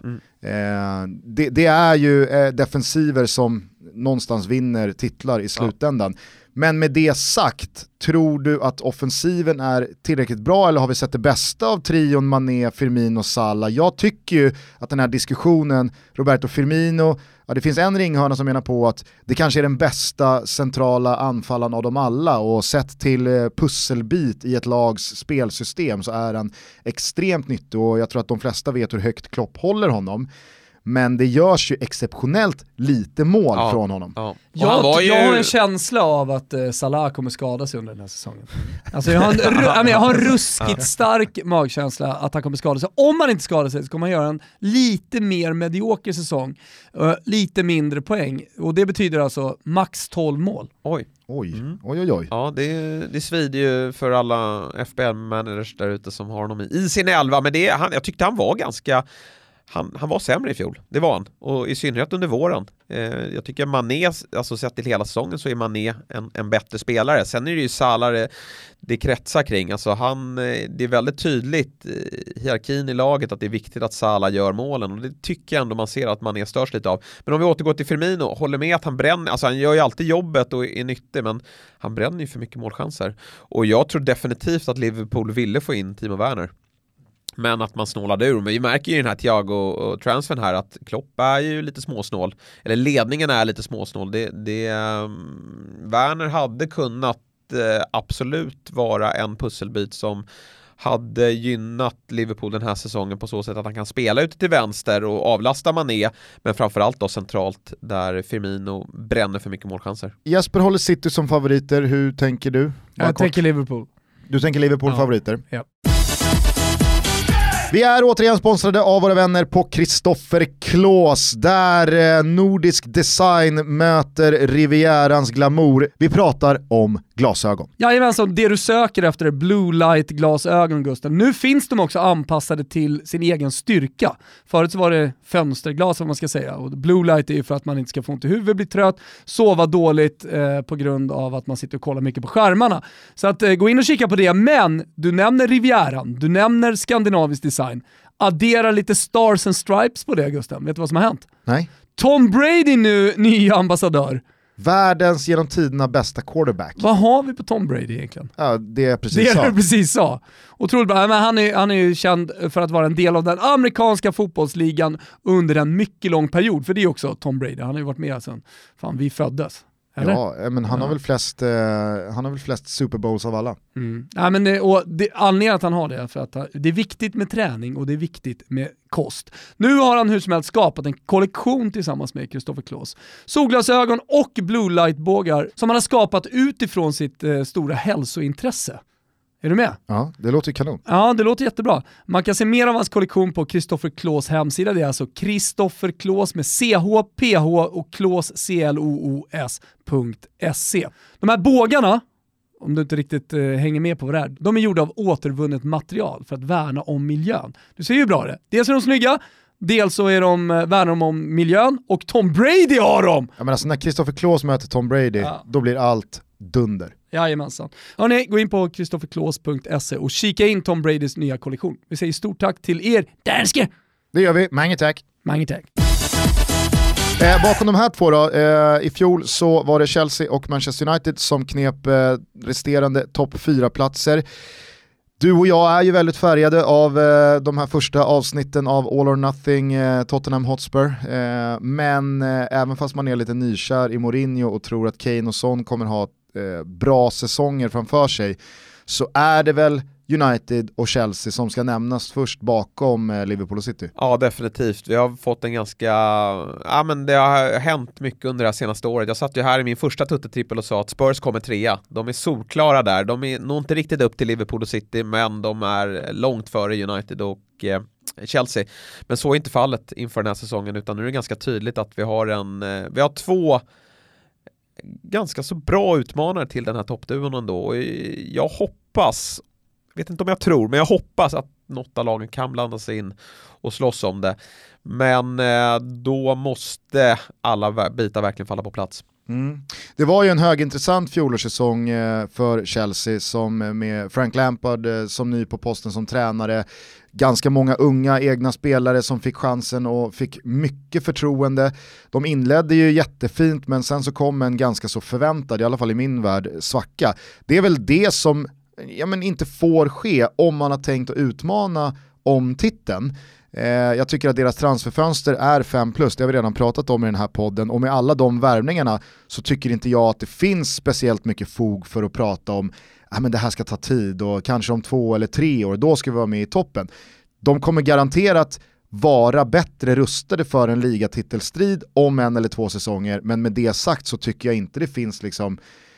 Det är ju defensiver som någonstans vinner titlar i slutändan. Men med det sagt, tror du att offensiven är tillräckligt bra, eller har vi sett det bästa av trion Mané, Firmino och Salah? Jag tycker ju att den här diskussionen, Roberto Firmino, det finns en ringhörna som menar på att det kanske är den bästa centrala anfallaren av dem alla, och sett till pusselbit i ett lags spelsystem så är han extremt nyttig, och jag tror att de flesta vet hur högt Klopp håller honom. Men det görs ju exceptionellt lite mål från honom. Ja. Jag har en känsla av att Salah kommer skada sig under den här säsongen. Alltså jag har en ruskigt stark magkänsla att han kommer skada sig. Om han inte skadar sig så kommer han göra en lite mer medioker säsong. Lite mindre poäng. Och det betyder alltså max 12 mål. Oj. Ja, det svider ju för alla FBL-managers där ute som har honom i sin elva. Men jag tyckte han var ganska... Han var sämre i fjol, det var han. Och i synnerhet under våren. Jag tycker Mané, alltså sett till hela säsongen så är Mané en bättre spelare. Sen är det ju Salah det kretsar kring. Alltså det är väldigt tydligt hierarkin i laget att det är viktigt att Salah gör målen. Och det tycker jag ändå man ser att Mané störs lite av. Men om vi återgår till Firmino, håller med att han bränner. Alltså han gör ju alltid jobbet och är nyttig, men han bränner ju för mycket målchanser. Och jag tror definitivt att Liverpool ville få in Timo Werner. Men att man snålade ur. Men vi märker ju i den här Thiago-transfern här att Klopp är ju lite småsnål. Eller ledningen är lite småsnål. Werner hade kunnat absolut vara en pusselbit som hade gynnat Liverpool den här säsongen på så sätt att han kan spela ute till vänster och avlasta Mané, men framförallt då centralt där Firmino bränner för mycket målchanser. Jesper håller City som favoriter. Hur tänker du? Jag tänker Liverpool. Du tänker Liverpool favoriter? Ja. Vi är återigen sponsrade av våra vänner på Christopher Klås, där nordisk design möter Rivierans glamour. Vi pratar om glasögon. Jajamensan, det du söker efter är blue light glasögon, Gustav. Nu finns de också anpassade till sin egen styrka. Förut så var det fönsterglas, vad man ska säga. Och blue light är ju för att man inte ska få ont i huvudet, bli trött, sova dåligt på grund av att man sitter och kollar mycket på skärmarna. Så att gå in och kika på det. Men du nämner Rivieran, du nämner skandinavisk design. Addera lite stars and stripes på det, Gustav. Vet du vad som har hänt? Nej. Tom Brady nu ny ambassadör. Världens genom tiderna bästa quarterback. Vad har vi på Tom Brady egentligen? Ja, det är precis det så. du precis sa. Otroligt bra. Men han är ju känd för att vara en del av den amerikanska fotbollsligan under en mycket lång period. För det är också Tom Brady. Han har ju varit med sedan vi föddes. Eller? Ja, men han har väl flest Super Bowls av alla. Ja, men anledningen att han har det för att det är viktigt med träning och det är viktigt med kost. Nu har han hur som helst skapat en kollektion tillsammans med Christopher Klose. Solglasögon och blue light-bågar som han har skapat utifrån sitt stora hälsointresse. Är du med? Ja, det låter kanon. Ja, det låter jättebra. Man kan se mer av hans kollektion på Christopher Klose hemsida. Det är alltså Christopher Klose med CH, PH och Klose CLOOS.se. De här bågarna, om du inte riktigt hänger med på vad det är, de är gjorda av återvunnet material för att värna om miljön. Du ser ju bra det. Dels är de snygga, dels så är de värnar om miljön och Tom Brady har dem! Ja, men alltså när Christopher Klose möter Tom Brady, då blir allt dunder. Jajamensan. Hörrni, gå in på christopherklose.se och kika in Tom Bradys nya kollektion. Vi säger stort tack till er danske! Det gör vi, mange tack. Mange tack. Bakom de här två då, i fjol så var det Chelsea och Manchester United som knep resterande topp 4-platser. Du och jag är ju väldigt färgade av de här första avsnitten av All or Nothing Tottenham Hotspur. Men även fast man är lite nykär i Mourinho och tror att Kane och Son kommer ha bra säsonger framför sig, så är det väl United och Chelsea som ska nämnas först bakom Liverpool och City. Ja, definitivt. Vi har fått en ganska... Ja, men det har hänt mycket under det här senaste året. Jag satt ju här i min första tuttetrippel och sa att Spurs kommer 3. De är solklara där. De är nog inte riktigt upp till Liverpool och City, men de är långt före United och Chelsea. Men så är inte fallet inför den här säsongen, utan nu är det ganska tydligt att vi har 2 ganska så bra utmanare till den här toppduon ändå. Och jag hoppas, vet inte om jag tror, men jag hoppas att något av lagen kan blanda sig in och slåss om det. Men då måste alla bitar verkligen falla på plats. Det var ju en högintressant fjolårssäsong för Chelsea som med Frank Lampard som ny på posten som tränare. Ganska många unga egna spelare som fick chansen och fick mycket förtroende. De inledde ju jättefint, men sen så kom en ganska så förväntad, i alla fall i min värld, svacka. Det är väl det som inte får ske om man har tänkt att utmana om titeln. Jag tycker att deras transferfönster är 5+, det har vi redan pratat om i den här podden, och med alla de värvningarna så tycker inte jag att det finns speciellt mycket fog för att prata om men det här ska ta tid och kanske om 2 eller 3 år, då ska vi vara med i toppen. De kommer garanterat vara bättre rustade för en ligatitelstrid om 1 eller 2 säsonger, men med det sagt så tycker jag inte det finns liksom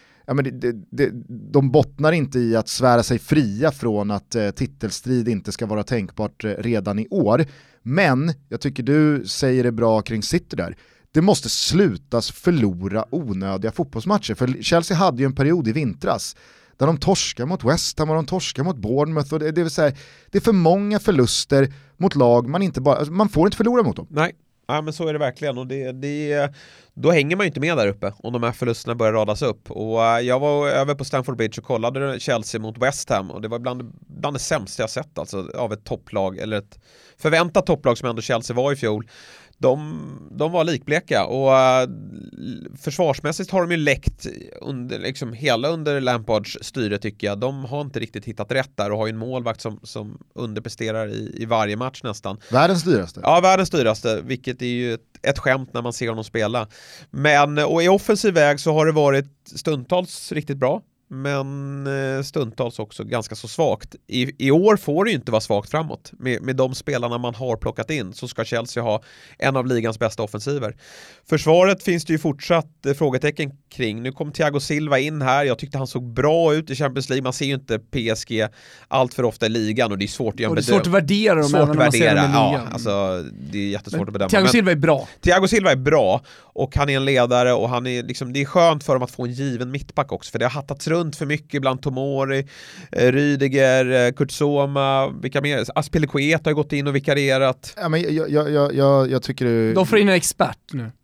de bottnar inte i att svära sig fria från att titelstrid inte ska vara tänkbart redan i år. Men jag tycker du säger det bra kring City där. Det måste slutas förlora onödiga fotbollsmatcher. För Chelsea hade ju en period i vintras där de torskar mot West Ham och de torskar mot Bournemouth. Och det vill säga, det är för många förluster mot lag man får inte förlora mot dem. Nej. Ja, men så är det verkligen, och då hänger man ju inte med där uppe om de här förlusterna börjar radas upp. Och jag var över på Stamford Bridge och kollade Chelsea mot West Ham, och det var bland det sämsta jag sett alltså, av ett topplag, eller ett förväntat topplag som ändå Chelsea var i fjol. De var likbleka, och försvarsmässigt har de ju läckt hela under Lampards styre, tycker jag. De har inte riktigt hittat rätt där och har ju en målvakt som underpresterar i varje match nästan. Världens dyraste. Ja, världens dyraste, vilket är ju ett skämt när man ser honom spela. Och i offensiv väg så har det varit stundtals riktigt bra, men stundtals också ganska så svagt. I år får det ju inte vara svagt framåt. Med de spelarna man har plockat in så ska Chelsea ha en av ligans bästa offensiver. Försvaret finns det ju fortsatt frågetecken kring. Nu kom Thiago Silva in här. Jag tyckte han såg bra ut i Champions League. Man ser ju inte PSG allt för ofta i ligan, och det är svårt att göra och det är svårt att värdera dem även när man ser dem i ligan. Ja, alltså, det är jättesvårt att bedöma. Thiago Silva är bra. Thiago Silva är bra, och han är en ledare, och han är det är skönt för dem att få en given mittback också, för det har hattats runt för mycket bland Tomori, Rydiger, Kurtzoma, vilka mer? Aspilicueta har gått in och vikarierat. Ja, men jag tycker de får in en expert nu.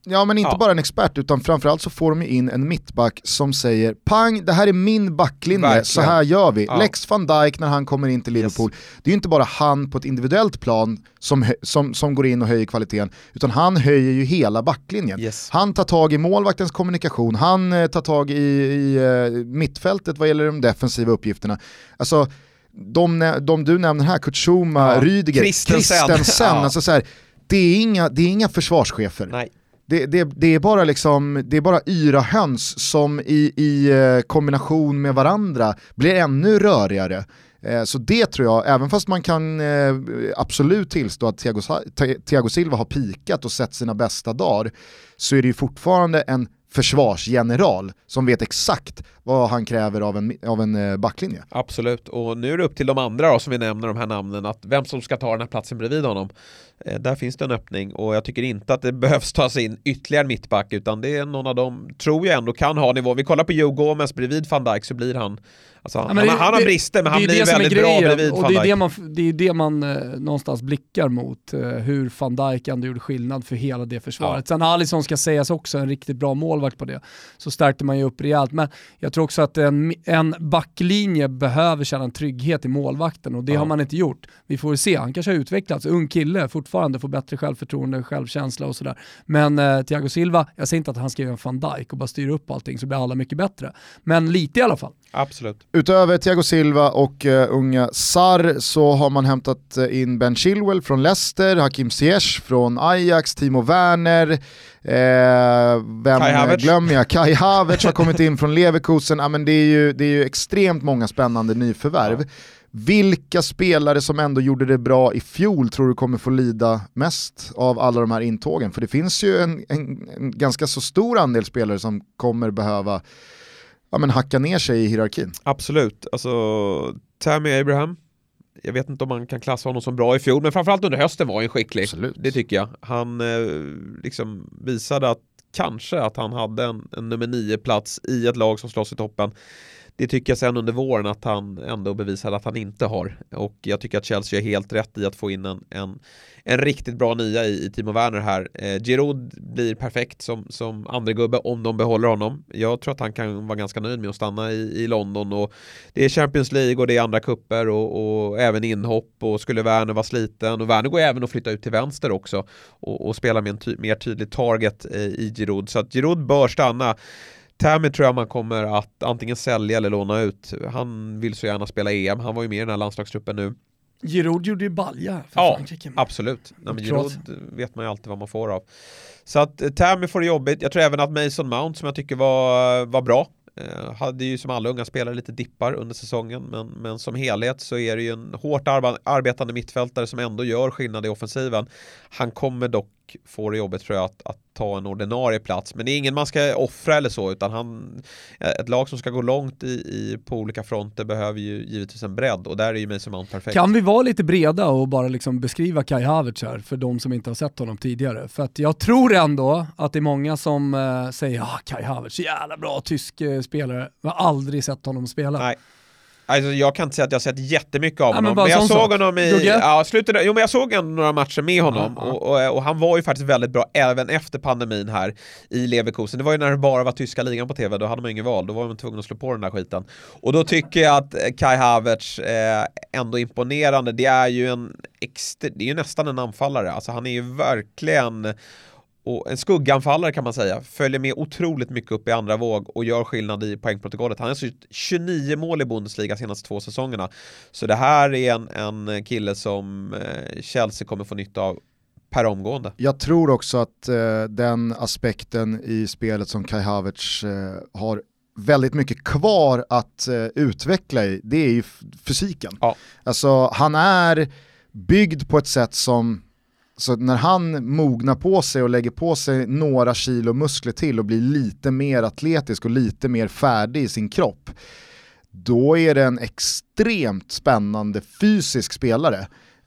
Ja, men inte bara en expert, utan framförallt så får de in en mittback som säger pang, det här är min backlinje, verkligen. Så här gör vi. Lex van Dijk när han kommer in till Liverpool, det är ju inte bara han på ett individuellt plan som går in och höjer kvaliteten, utan han höjer ju hela backlinjen. Han tar tag i målvaktens kommunikation, han tar tag i mittfältet vad gäller de defensiva uppgifterna. Alltså de du nämner här, Kurt Zouma, Rüdiger, Christensen, alltså så här, det är inga försvarschefer. Nej. Det är bara liksom, det är bara yra höns som i kombination med varandra blir ännu rörigare. Så det tror jag, även fast man kan absolut tillstå att Thiago Silva har pikat och sett sina bästa dagar, så är det ju fortfarande en försvarsgeneral som vet exakt vad han kräver av en backlinje. Absolut, och nu är det upp till de andra då, som vi nämner de här namnen, att vem som ska ta den här platsen bredvid honom. Där finns det en öppning, och jag tycker inte att det behövs tas in ytterligare mittback, utan det är någon av dem, tror jag ändå kan ha nivå. Vi kollar på Joe Gomez bredvid Van Dijk, så blir han, alltså, han har brister, men han blir väldigt bra bredvid Van Dijk. Det är det man någonstans blickar mot, hur Van Dijk ändå gjorde skillnad för hela det försvaret. Sen Alisson ska sägas också en riktigt bra målvakt på det, så stärkte man ju upp rejält. Men jag tror också att en backlinje behöver känna en trygghet i målvakten, och det har man inte gjort. Vi får se, han kanske har utvecklats, ung kille, fortfarande får bättre självförtroende, självkänsla och sådär. Men Thiago Silva, jag säger inte att han ska göra en Van Dijk och bara styra upp allting så blir alla mycket bättre. Men lite i alla fall. Absolut. Utöver Thiago Silva och unga Sarr så har man hämtat in Ben Chilwell från Leicester, Hakim Ziyech från Ajax, Timo Werner, glömmer jag? Kai Havertz har kommit in från Leverkusen. Ja, men det är ju extremt många spännande nyförvärv. Ja. Vilka spelare som ändå gjorde det bra i fjol tror du kommer få lida mest av alla de här intågen? För det finns ju en ganska så stor andel spelare som kommer behöva hacka ner sig i hierarkin. Absolut, alltså Tammy Abraham, jag vet inte om man kan klassa honom som bra i fjol, men framförallt under hösten var han skicklig. Absolut. Det tycker jag. Han liksom visade att kanske att han hade en nummer 9-plats i ett lag som slåss i toppen. Det tycker jag sen under våren att han ändå bevisade att han inte har. Och jag tycker att Chelsea är helt rätt i att få in en riktigt bra nia i Timo Werner här. Giroud blir perfekt som andra gubbe om de behåller honom. Jag tror att han kan vara ganska nöjd med att stanna i London. Och det är Champions League och det är andra kupper och även inhopp. Och skulle Werner vara sliten. Och Werner går även att flytta ut till vänster också. Och spela med en mer tydlig target i Giroud. Så att Giroud bör stanna. Tammy tror jag man kommer att antingen sälja eller låna ut. Han vill så gärna spela EM. Han var ju med i den här landslagstruppen nu. Giroud gjorde ju balja för Frankrike. Absolut. Nej, men Giroud vet man ju alltid vad man får av. Så att Tammy får det jobbigt. Jag tror även att Mason Mount, som jag tycker var bra, hade ju som alla unga spelare lite dippar under säsongen, men som helhet så är det ju en hårt arbetande mittfältare som ändå gör skillnad i offensiven. Han kommer dock få det jobbet, tror jag, att ta en ordinarie plats, men det är ingen man ska offra eller så, utan ett lag som ska gå långt på olika fronter behöver ju givetvis en bredd, och där är ju Mason Mount perfekt. Kan vi vara lite breda och bara liksom beskriva Kai Havertz här för de som inte har sett honom tidigare? För att jag tror ändå att det är många som säger Kai Havertz, jävla bra tysk spelare. Jag har aldrig sett honom spela. Nej. Alltså jag kan inte säga att jag har sett jättemycket av honom, men jag såg honom jag såg några matcher med honom och han var ju faktiskt väldigt bra även efter pandemin här i Leverkusen. Det var ju när det bara var tyska ligan på tv, då hade man ingen val, då var man tvungen att slå på den där skiten. Och då tycker jag att Kai Havertz ändå imponerande. Det är ju nästan en anfallare. Alltså han är ju verkligen och en skugganfallare kan man säga, följer med otroligt mycket upp i andra våg och gör skillnad i poängprotokollet. Han har alltså 29 mål i Bundesliga senaste 2 säsongerna. Så det här är en kille som Chelsea kommer få nytta av per omgående. Jag tror också att den aspekten i spelet som Kai Havertz har väldigt mycket kvar att utveckla i, det är ju fysiken. Ja. Alltså han är byggd på ett sätt som, så när han mognar på sig och lägger på sig några kilo muskler till och blir lite mer atletisk och lite mer färdig i sin kropp, då är det en extremt spännande fysisk spelare.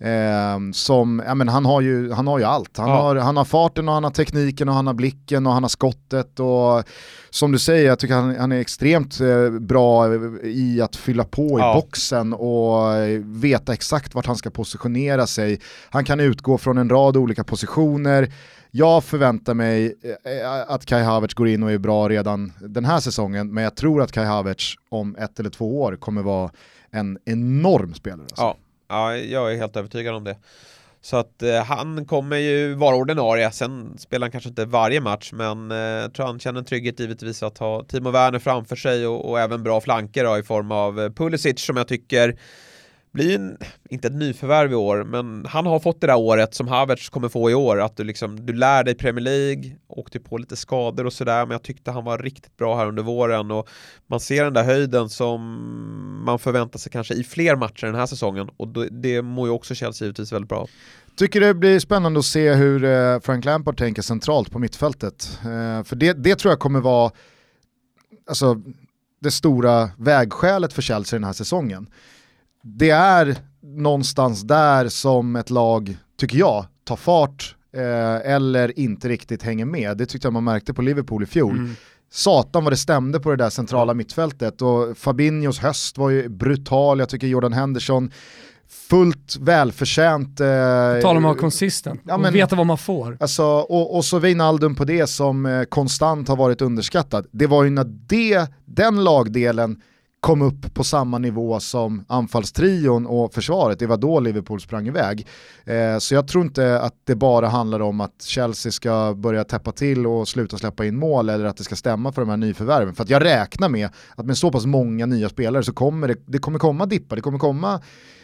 Han har ju allt. Han har farten och han har tekniken och han har blicken och han har skottet och som du säger, jag tycker han är extremt bra i att fylla på i boxen och veta exakt vart han ska positionera sig. Han kan utgå från en rad olika positioner. Jag förväntar mig att Kai Havertz går in och är bra redan den här säsongen, men jag tror att Kai Havertz om 1 eller 2 år kommer vara en enorm spelare. Alltså. Ja, jag är helt övertygad om det. Så att han kommer ju vara ordinarie. Sen spelar han kanske inte varje match, men jag tror han känner en trygghet givetvis att ha Timo Werner framför sig och även bra flanker då, i form av Pulisic som jag tycker blir inte ett nyförvärv i år, men han har fått det där året som Havertz kommer få i år, att du lär dig Premier League, åkte på lite skador och sådär, men jag tyckte han var riktigt bra här under våren och man ser den där höjden som man förväntar sig kanske i fler matcher den här säsongen och det mår ju också Chelsea givetvis väldigt bra. Tycker det blir spännande att se hur Frank Lampard tänker centralt på mittfältet, för det tror jag kommer vara alltså, det stora vägskälet för Chelsea den här säsongen. Det är någonstans där som ett lag, tycker jag, tar fart eller inte riktigt hänger med. Det tyckte jag man märkte på Liverpool i fjol. Satan vad det stämde på det där centrala mittfältet och Fabinhos höst var ju brutal. Jag tycker Jordan Henderson fullt välförtjänt. Tala om att vara konsistent och veta vad man får. Alltså, och så Wijnaldum på det som konstant har varit underskattad. Det var ju när den lagdelen kom upp på samma nivå som anfallstrion och försvaret. Det var då Liverpool sprang iväg. Så jag tror inte att det bara handlar om att Chelsea ska börja täppa till och sluta släppa in mål eller att det ska stämma för de här nyförvärven. För att jag räknar med att med så pass många nya spelare så kommer det kommer komma dippar, det kommer komma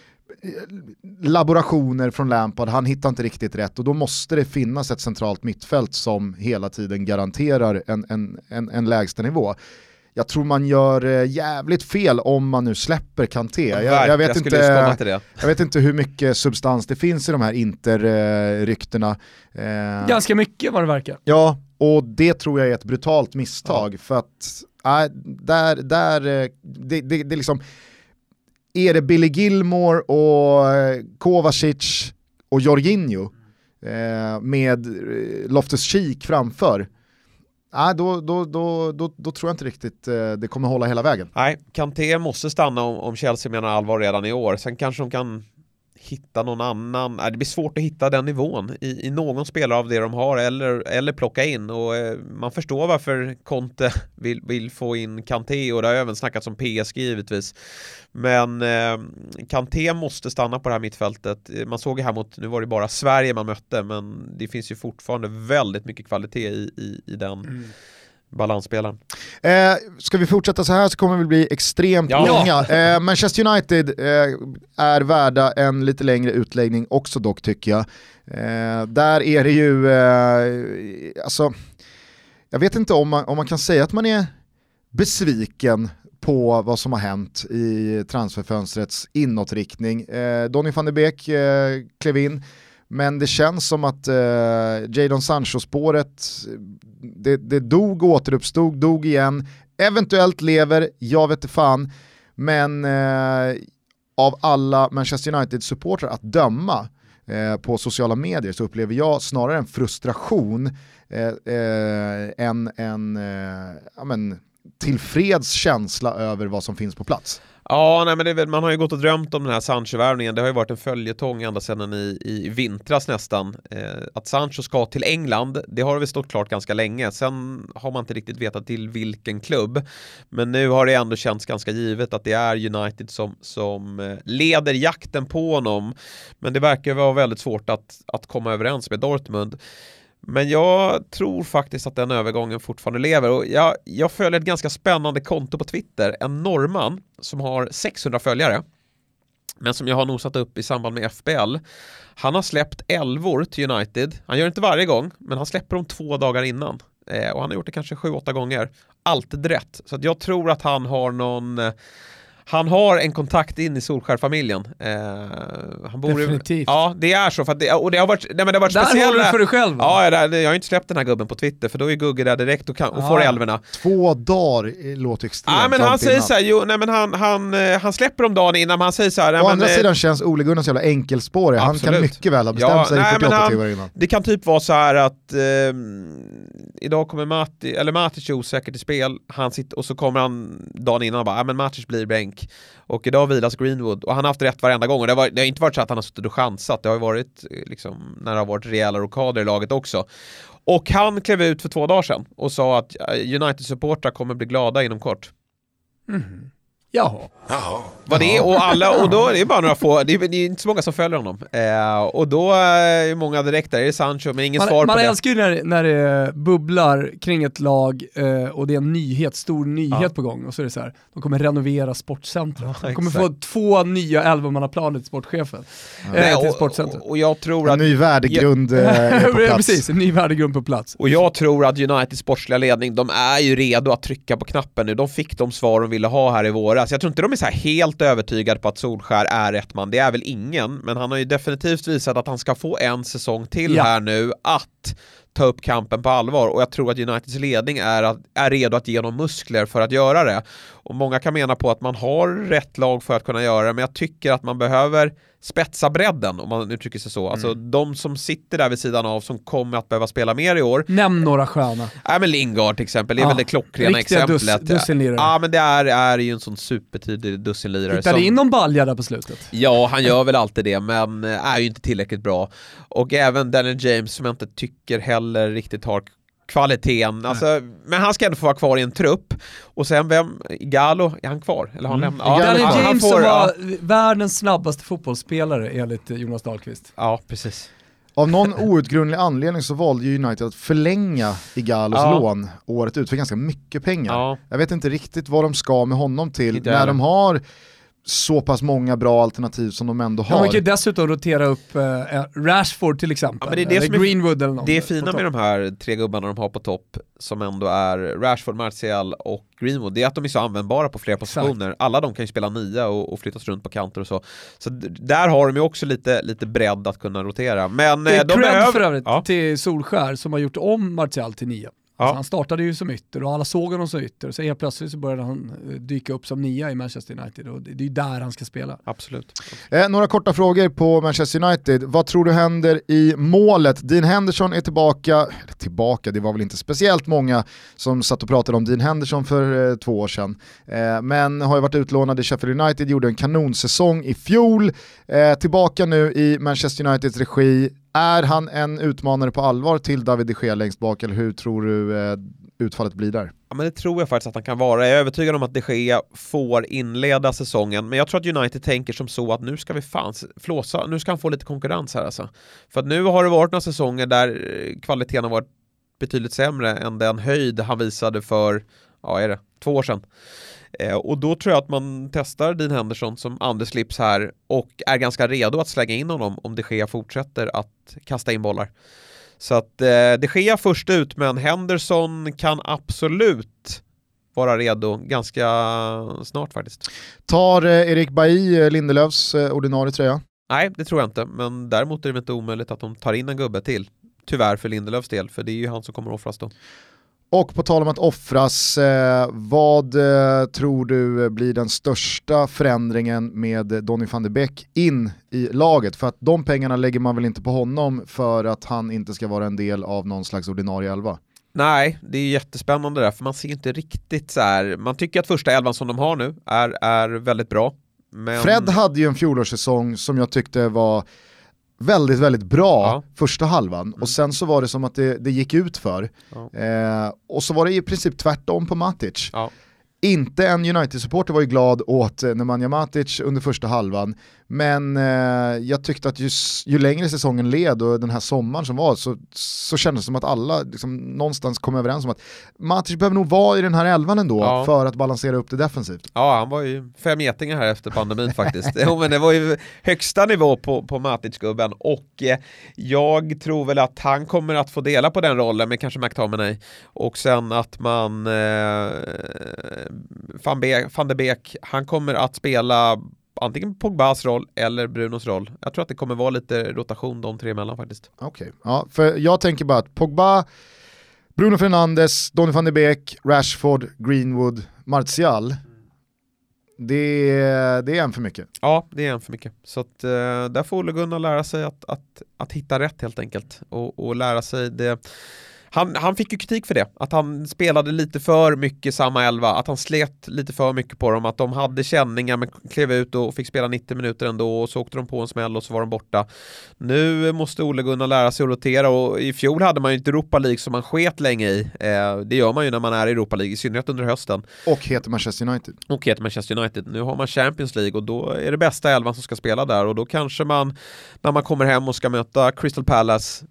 laborationer från Lampard, han hittar inte riktigt rätt och då måste det finnas ett centralt mittfält som hela tiden garanterar en lägsta nivå. Jag tror man gör jävligt fel om man nu släpper Kanté. Jag vet inte hur mycket substans det finns i de här Inter-ryktena. Ganska mycket vad det verkar. Ja, och det tror jag är ett brutalt misstag för att det liksom är det Billy Gilmore och Kovacic och Jorginho med Loftus-Cheek framför. Då tror jag inte riktigt det kommer hålla hela vägen. Nej, Kanté måste stanna om Chelsea menar allvar redan i år. Sen kanske de kan hitta någon annan. Det blir svårt att hitta den nivån i någon spelare av det de har eller plocka in. Och man förstår varför Conte vill få in Kanté och det har även snackats om PSG givetvis. Men Kanté måste stanna på det här mittfältet. Man såg ju här mot, nu var det bara Sverige man mötte, men det finns ju fortfarande väldigt mycket kvalitet i den balansspelaren. Ska vi fortsätta så här så kommer vi bli extremt långa. Manchester United är värda en lite längre utläggning också dock tycker jag. Där är det ju alltså, jag vet inte om man kan säga att man är besviken på vad som har hänt i transferfönstrets inåtriktning. Donny van de Beek klev in, men det känns som att Jadon Sancho-spåret det dog, återuppstod, dog igen. Eventuellt lever, jag vet inte fan. Men av alla Manchester United-supportrar att döma på sociala medier så upplever jag snarare en frustration än en tillfreds känsla över vad som finns på plats. Ja, nej, men man har ju gått och drömt om den här Sancho-värvningen. Det har ju varit en följetong ända sedan i vintras nästan. Att Sancho ska till England, det har väl stått klart ganska länge. Sen har man inte riktigt vetat till vilken klubb. Men nu har det ändå känts ganska givet att det är United som leder jakten på honom. Men det verkar vara väldigt svårt att komma överens med Dortmund. Men jag tror faktiskt att den övergången fortfarande lever. Och jag följer ett ganska spännande konto på Twitter. En norrman som har 600 följare. Men som jag har nosat upp i samband med FBL. Han har släppt 11 till United. Han gör det inte varje gång, men han släpper dem 2 dagar innan. Och han har gjort det kanske 7-8 gånger. Alltid rätt. Så att jag tror att han har han har en kontakt in i Solskär-familjen. Han bor Definitivt. Ja, det är så. För att det har varit, det har varit där speciella... håller du för dig själv. Ja, jag har inte släppt den här gubben på Twitter, för då är Gugge där direkt och får älvorna. 2 dagar låter extremt. Ja, men han säger så här, han släpper dem dagen innan, men han säger så här... Å andra sidan känns Ole Gunnar så jävla enkelspårig. Han kan mycket väl ha bestämt sig 48 timmar innan. Det kan typ vara så här att idag kommer Matic osäkert i spel, han sitter, och så kommer han dagen innan och bara, men Matic blir bänk. Och idag vilas Greenwood, och han har haft rätt varenda gång, och det har inte varit så att han har suttit och chansat, det har ju varit liksom, när det har varit rejäla rockader i laget också. Och han klev ut för 2 dagar sedan och sa att United-supportrar kommer bli glada inom kort. Jaha. Vad det är, och då är det bara några få, det är inte så många som följer honom. Och då är många direkt där, är det Sancho, men ingen svar på det. Man älskar ju när det bubblar kring ett lag och det är en stor nyhet på gång, och så är det så här, de kommer renovera sportcentret. De kommer få 2 nya 11-mannaplaner till sportchefen. Till sportcentret. Och jag tror att en ny värdegrund är på plats. Precis, en ny värdegrund på plats. Och jag tror att Uniteds sportsliga ledning, de är ju redo att trycka på knappen nu. De fick de svar de ville ha här i våras. Jag tror inte de är så här helt övertygade på att Solskär är rätt man. Det är väl ingen, men han har ju definitivt visat att han ska få en säsong till här nu att ta upp kampen på allvar, och jag tror att Uniteds ledning är redo att ge dem muskler för att göra det. Och många kan mena på att man har rätt lag för att kunna göra det, men jag tycker att man behöver spetsa bredden, om man uttrycker sig så. Alltså de som sitter där vid sidan av, som kommer att behöva spela mer i år. Nämn några sköna. Men Lingard till exempel, det är väl det klockrena exemplet. Dussinlirare. Ja, men det är ju en sån supertydlig dussinlirare. Hittade in någon balja där på slutet? Ja, han gör väl alltid det, men är ju inte tillräckligt bra. Och även Daniel James, som jag inte tycker heller riktigt har kvaliteten. Alltså, men han ska ändå få vara kvar i en trupp. Och sen Igalo, är han kvar? Eller har han lämnat? Daniel James som var världens snabbaste fotbollsspelare enligt Jonas Dahlqvist. Ja, precis. Av någon outgrundlig anledning så valde United att förlänga Igalos lån året ut för ganska mycket pengar. Ja. Jag vet inte riktigt vad de ska med honom till när de har så pass många bra alternativ som de ändå har. Man kan ju dessutom rotera upp Rashford till exempel, men det är det eller Greenwood eller något. Det är fina med de här 3 gubbarna de har på topp, som ändå är Rashford, Martial och Greenwood, det är att de är så användbara på flera positioner. Exakt. Alla de kan ju spela 9 och flyttas runt på kanter och så. Så där har de ju också lite bredd att kunna rotera. Men det är de behöver för övrigt till Solskär som har gjort om Martial till 9. Alltså han startade ju som ytter och alla såg honom som ytter, och så helt plötsligt så började han dyka upp som 9 i Manchester United, och det är ju där han ska spela. Absolut. Några korta frågor på Manchester United. Vad tror du händer i målet? Dean Henderson är tillbaka, det var väl inte speciellt många som satt och pratade om Dean Henderson för 2 år sedan. Men har ju varit utlånad i Sheffield United, gjorde en kanonsäsong i fjol. Tillbaka nu i Manchester Uniteds regi. Är han en utmanare på allvar till David de Gea längst bak, eller hur tror du utfallet blir där? Ja, men det tror jag faktiskt att han kan vara. Jag är övertygad om att de Gea får inleda säsongen, men jag tror att United tänker som så att nu ska vi flåsa, nu ska han få lite konkurrens här alltså. För att nu har det varit några säsonger där kvaliteten har varit betydligt sämre än den höjd han visade för 2 år sedan. Och då tror jag att man testar Dean Henderson som andra slips här och är ganska redo att slänga in honom om de Gea fortsätter att kasta in bollar. Så att de Gea först ut, men Henderson kan absolut vara redo ganska snart faktiskt. Tar Erik Bailly Lindelöfs ordinarie tröja? Nej, det tror jag inte, men däremot är det inte omöjligt att de tar in en gubbe till. Tyvärr för Lindelöfs del, för det är ju han som kommer offras då. Och på tal om att offras, vad tror du blir den största förändringen med Donny van de Beek in i laget? För att de pengarna lägger man väl inte på honom för att han inte ska vara en del av någon slags ordinarie 11? Nej, det är jättespännande där, för man ser inte riktigt så här. Man tycker att första 11 som de har nu är väldigt bra. Men... Fred hade ju en fjolårssäsong som jag tyckte var väldigt, väldigt bra första halvan. Och sen så var det som att det gick ut för. Och så var det i princip tvärtom på Matic. Inte en United-supporter var ju glad åt Nemanja Matic under första halvan. Men jag tyckte att ju längre säsongen led och den här sommaren som var så kändes det som att alla liksom någonstans kom överens om att Matic behöver nog vara i den här elvan ändå för att balansera upp det defensivt. Ja, han var ju 5 getingar här efter pandemin faktiskt. Men det var ju högsta nivå på Matic-gubben och jag tror väl att han kommer att få dela på den rollen med kanske McTominay och sen att man Van de Beek, han kommer att spela antingen Pogbas roll eller Brunos roll. Jag tror att det kommer vara lite rotation de 3 emellan faktiskt. Okej. Ja, för jag tänker bara att Pogba, Bruno Fernandes, Donny van de Beek, Rashford, Greenwood, Martial, det är en för mycket. Ja, det är en för mycket. Så att, där får Ole Gunnar lära sig att hitta rätt helt enkelt och lära sig det. Han fick ju kritik för det, att han spelade lite för mycket samma 11, att han slet lite för mycket på dem, att de hade känningar men klev ut och fick spela 90 minuter ändå och så åkte de på en smäll och så var de borta. Nu måste Ole Gunnar lära sig att rotera och i fjol hade man ju inte Europa League som man sket länge i. Det gör man ju när man är i Europa League, i synnerhet under hösten. Och heter Manchester United. Nu har man Champions League och då är det bästa 11 som ska spela där och då kanske man, när man kommer hem och ska möta Crystal Palace,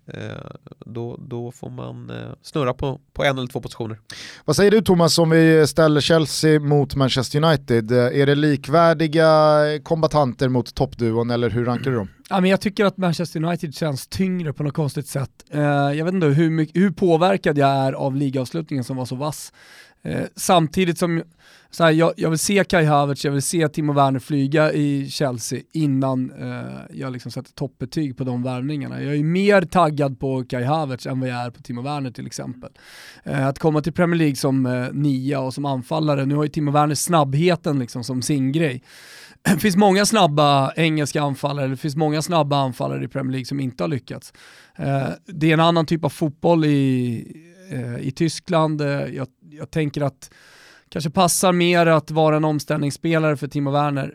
då får man snurra på 1 eller 2 positioner. Vad säger du Thomas om vi ställer Chelsea mot Manchester United? Är det likvärdiga kombatanter mot toppduon eller hur rankar du dem? Ja, men jag tycker att Manchester United känns tyngre på något konstigt sätt. Jag vet inte hur påverkad jag är av ligaavslutningen som var så vass. Samtidigt som så här, jag vill se Kai Havertz, jag vill se Timo Werner flyga i Chelsea innan jag liksom sätter toppbetyg på de värvningarna. Jag är mer taggad på Kai Havertz än vad jag är på Timo Werner till exempel. Att komma till Premier League som 9 och som anfallare, nu har ju Timo Werner snabbheten liksom som sin grej. Det finns många snabba engelska anfallare, det finns många snabba anfallare i Premier League som inte har lyckats. Det är en annan typ av fotboll i Tyskland. Jag tänker att kanske passar mer att vara en omställningsspelare för Timo Werner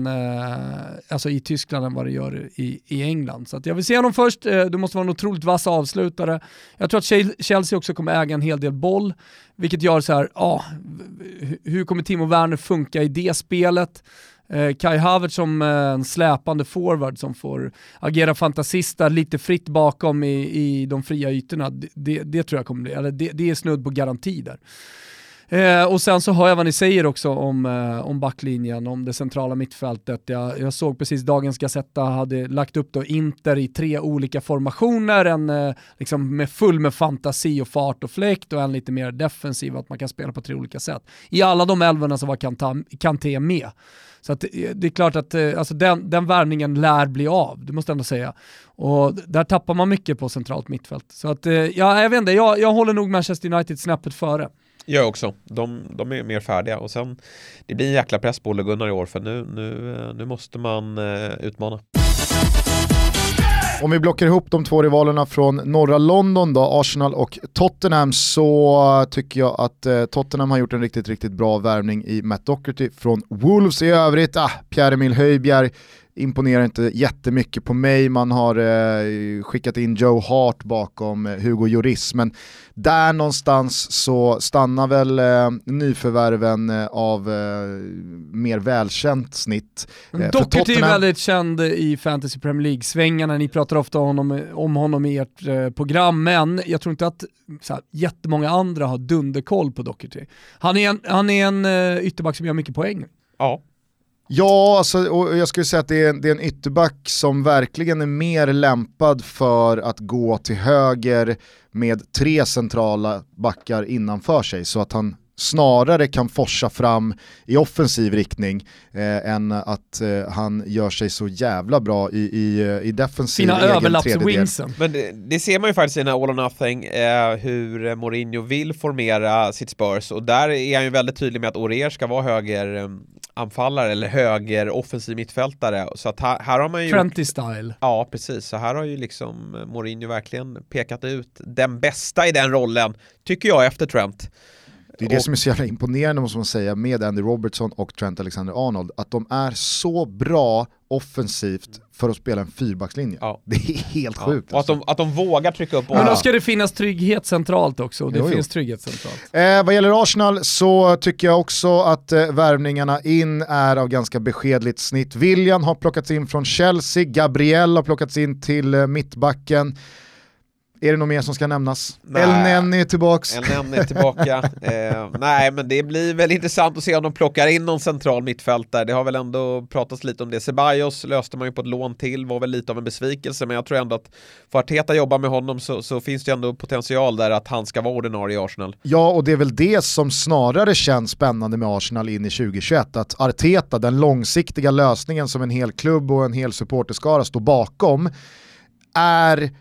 alltså i Tyskland än vad det gör i England. Så att jag vill se honom först. Du måste vara en otroligt vass avslutare. Jag tror att Chelsea också kommer äga en hel del boll, vilket gör så här, hur kommer Timo Werner funka i det spelet? Kai Havertz som en släpande forward som får agera fantasista lite fritt bakom i de fria ytorna, det tror jag kommer bli, eller det är snudd på garanti där. Och sen så hör jag vad ni säger också om backlinjen, om det centrala mittfältet. Jag såg precis dagens Gazetta hade lagt upp då Inter i 3 olika formationer, en liksom med fantasi och fart och fläkt och en lite mer defensiv, att man kan spela på 3 olika sätt. I alla de 11 så var Kanté med. Så att det är klart att alltså den värvningen lär bli av, det måste jag ändå säga. Och där tappar man mycket på centralt mittfält. Så att jag vet inte, jag håller nog Manchester United snäppet före. Jag också. De är mer färdiga och sen det blir en jäkla press på Ole Gunnar i år för nu måste man utmana. Om vi blockar ihop de 2 rivalerna från norra London då, Arsenal och Tottenham, så tycker jag att Tottenham har gjort en riktigt, riktigt bra värvning i Matt Doherty från Wolves. I övrigt, Pierre-Emil Højbjerg imponerar inte jättemycket på mig. Man har skickat in Joe Hart bakom Hugo Lloris, men där någonstans så stannar väl nyförvärven av mer välkänt snitt. Doherty är väldigt känd i Fantasy Premier League-svängarna. Ni pratar ofta om honom i ert program, men jag tror inte att jättemånga andra har dunderkoll på Doherty. Han är en ytterback som gör mycket poäng. Ja. Ja, alltså, och jag skulle säga att det är en ytterback som verkligen är mer lämpad för att gå till höger med 3 centrala backar innanför sig, så att han snarare kan forsa fram i offensiv riktning än att han gör sig så jävla bra i defensiv fina egen tredjedel. Men det ser man ju faktiskt i den här All or Nothing, hur Mourinho vill formera sitt Spurs, och där är han ju väldigt tydlig med att Aurier ska vara höger anfallare eller höger offensiv mittfältare, så att här har man ju Trenty style. Ja, precis. Så här har ju liksom Mourinho verkligen pekat ut den bästa i den rollen, tycker jag, efter Trent. Det är det som är så jävla imponerande, måste man säga, med Andy Robertson och Trent Alexander-Arnold, att de är så bra offensivt för att spela en fyrbackslinje. Ja. Det är helt sjukt. Och att de vågar trycka upp. Men då ska det finnas trygghet centralt också, och det finns trygghet centralt. Vad gäller Arsenal så tycker jag också att värvningarna in är av ganska beskedligt snitt. Willian har plockats in från Chelsea, Gabriel har plockats in till mittbacken. Är det något mer som ska nämnas? El Neni är tillbaks. El Neni är tillbaka. Nej, men det blir väl intressant att se om de plockar in någon central mittfältare. Det har väl ändå pratats lite om det. Ceballos löste man ju på ett lån till, var väl lite av en besvikelse, men jag tror ändå att för Arteta jobba med honom så finns det ändå potential där att han ska vara ordinarie i Arsenal. Ja, och det är väl det som snarare känns spännande med Arsenal in i 2021, att Arteta, den långsiktiga lösningen som en hel klubb och en hel supporterskara står bakom, är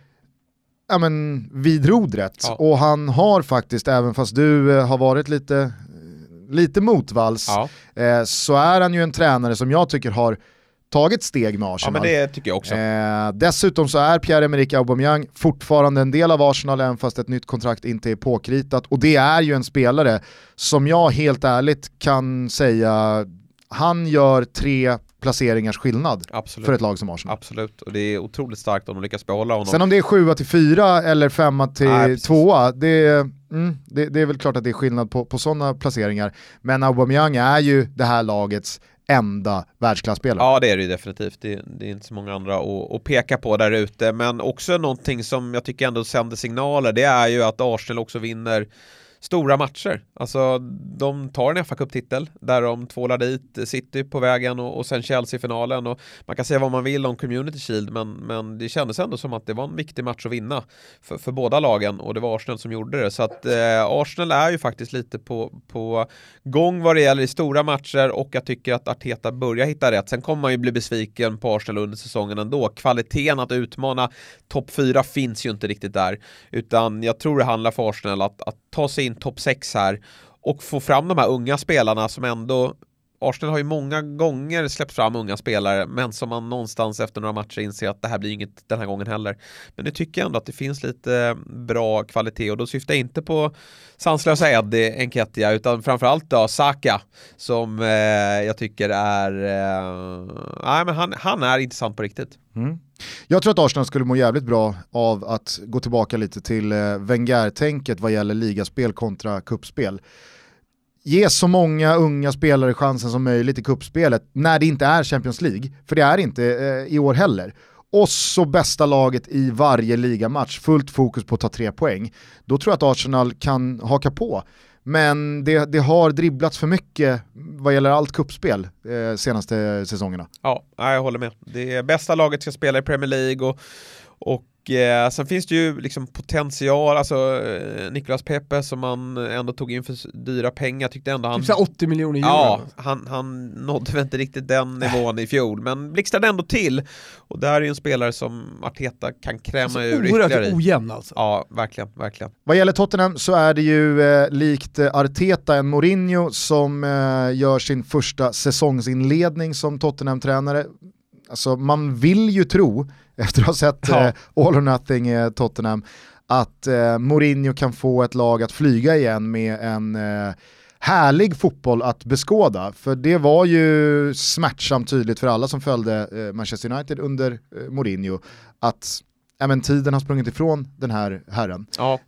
vid rodret. Ja. Och han har faktiskt, även fast du har varit lite motvalls, så är han ju en tränare som jag tycker har tagit steg med Arsenal. Ja, men det tycker jag också. Dessutom så är Pierre-Emerick Aubameyang fortfarande en del av Arsenal, även fast ett nytt kontrakt inte är påkritat. Och det är ju en spelare som jag helt ärligt kan säga, han gör 3 placeringars skillnad. Absolut. För ett lag som Arsenal. Absolut, och det är otroligt starkt om de lyckas behålla honom. Sen om det är 7-4 eller 5-2, det är väl klart att det är skillnad på sådana placeringar. Men Aubameyang är ju det här lagets enda världsklasspelare. Ja, det är det ju definitivt. Det är inte så många andra att peka på där ute. Men också någonting som jag tycker ändå sänder signaler, det är ju att Arsenal också vinner stora matcher. Alltså de tar en FA-cup-titel där de tvålar dit City på vägen och sen Chelsea-finalen, och man kan säga vad man vill om Community Shield, men det kändes ändå som att det var en viktig match att vinna för båda lagen, och det var Arsenal som gjorde det. Så att Arsenal är ju faktiskt lite på gång vad det gäller i stora matcher, och jag tycker att Arteta börjar hitta rätt. Sen kommer man ju bli besviken på Arsenal under säsongen ändå. Kvaliteten att utmana topp 4 finns ju inte riktigt där, utan jag tror det handlar för Arsenal att ta sig in topp 6 här och få fram de här unga spelarna som ändå, Arsenal har ju många gånger släppt fram unga spelare, men som man någonstans efter några matcher inser att det här blir inget den här gången heller. Men det tycker jag ändå att det finns lite bra kvalitet, och då syftar jag inte på sanslösa Eddie Nketiah, utan framförallt då Saka, som jag tycker är men han är intressant på riktigt. Jag tror att Arsenal skulle må jävligt bra av att gå tillbaka lite till Wenger-tänket vad gäller ligaspel kontra kuppspel. Ge så många unga spelare chansen som möjligt i kuppspelet när det inte är Champions League, för det är inte i år heller. Och så bästa laget i varje ligamatch, fullt fokus på att ta 3 poäng. Då tror jag att Arsenal kan haka på. Men det har dribblats för mycket vad gäller allt kuppspel senaste säsongerna. Ja, jag håller med. Det bästa laget ska spela i Premier League, och sen finns det ju liksom potential, alltså Nicolas Pepe som man ändå tog in för dyra pengar, tyckte ändå han... Typ 80 miljoner euro. Ja, han nådde väl inte riktigt den nivån i fjol, men blixtrade ändå till. Och där är ju en spelare som Arteta kan kräma alltså, ur ytterligare. Oerhört ojämn alltså. Ja, verkligen. Vad gäller Tottenham så är det ju likt Arteta en Mourinho som gör sin första säsongsinledning som Tottenham-tränare. Alltså man vill ju tro, efter att ha sett All or Nothing Tottenham, att Mourinho kan få ett lag att flyga igen med en härlig fotboll att beskåda. För det var ju smärtsamt tydligt för alla som följde Manchester United under Mourinho att tiden har sprungit ifrån den här herren. Ja.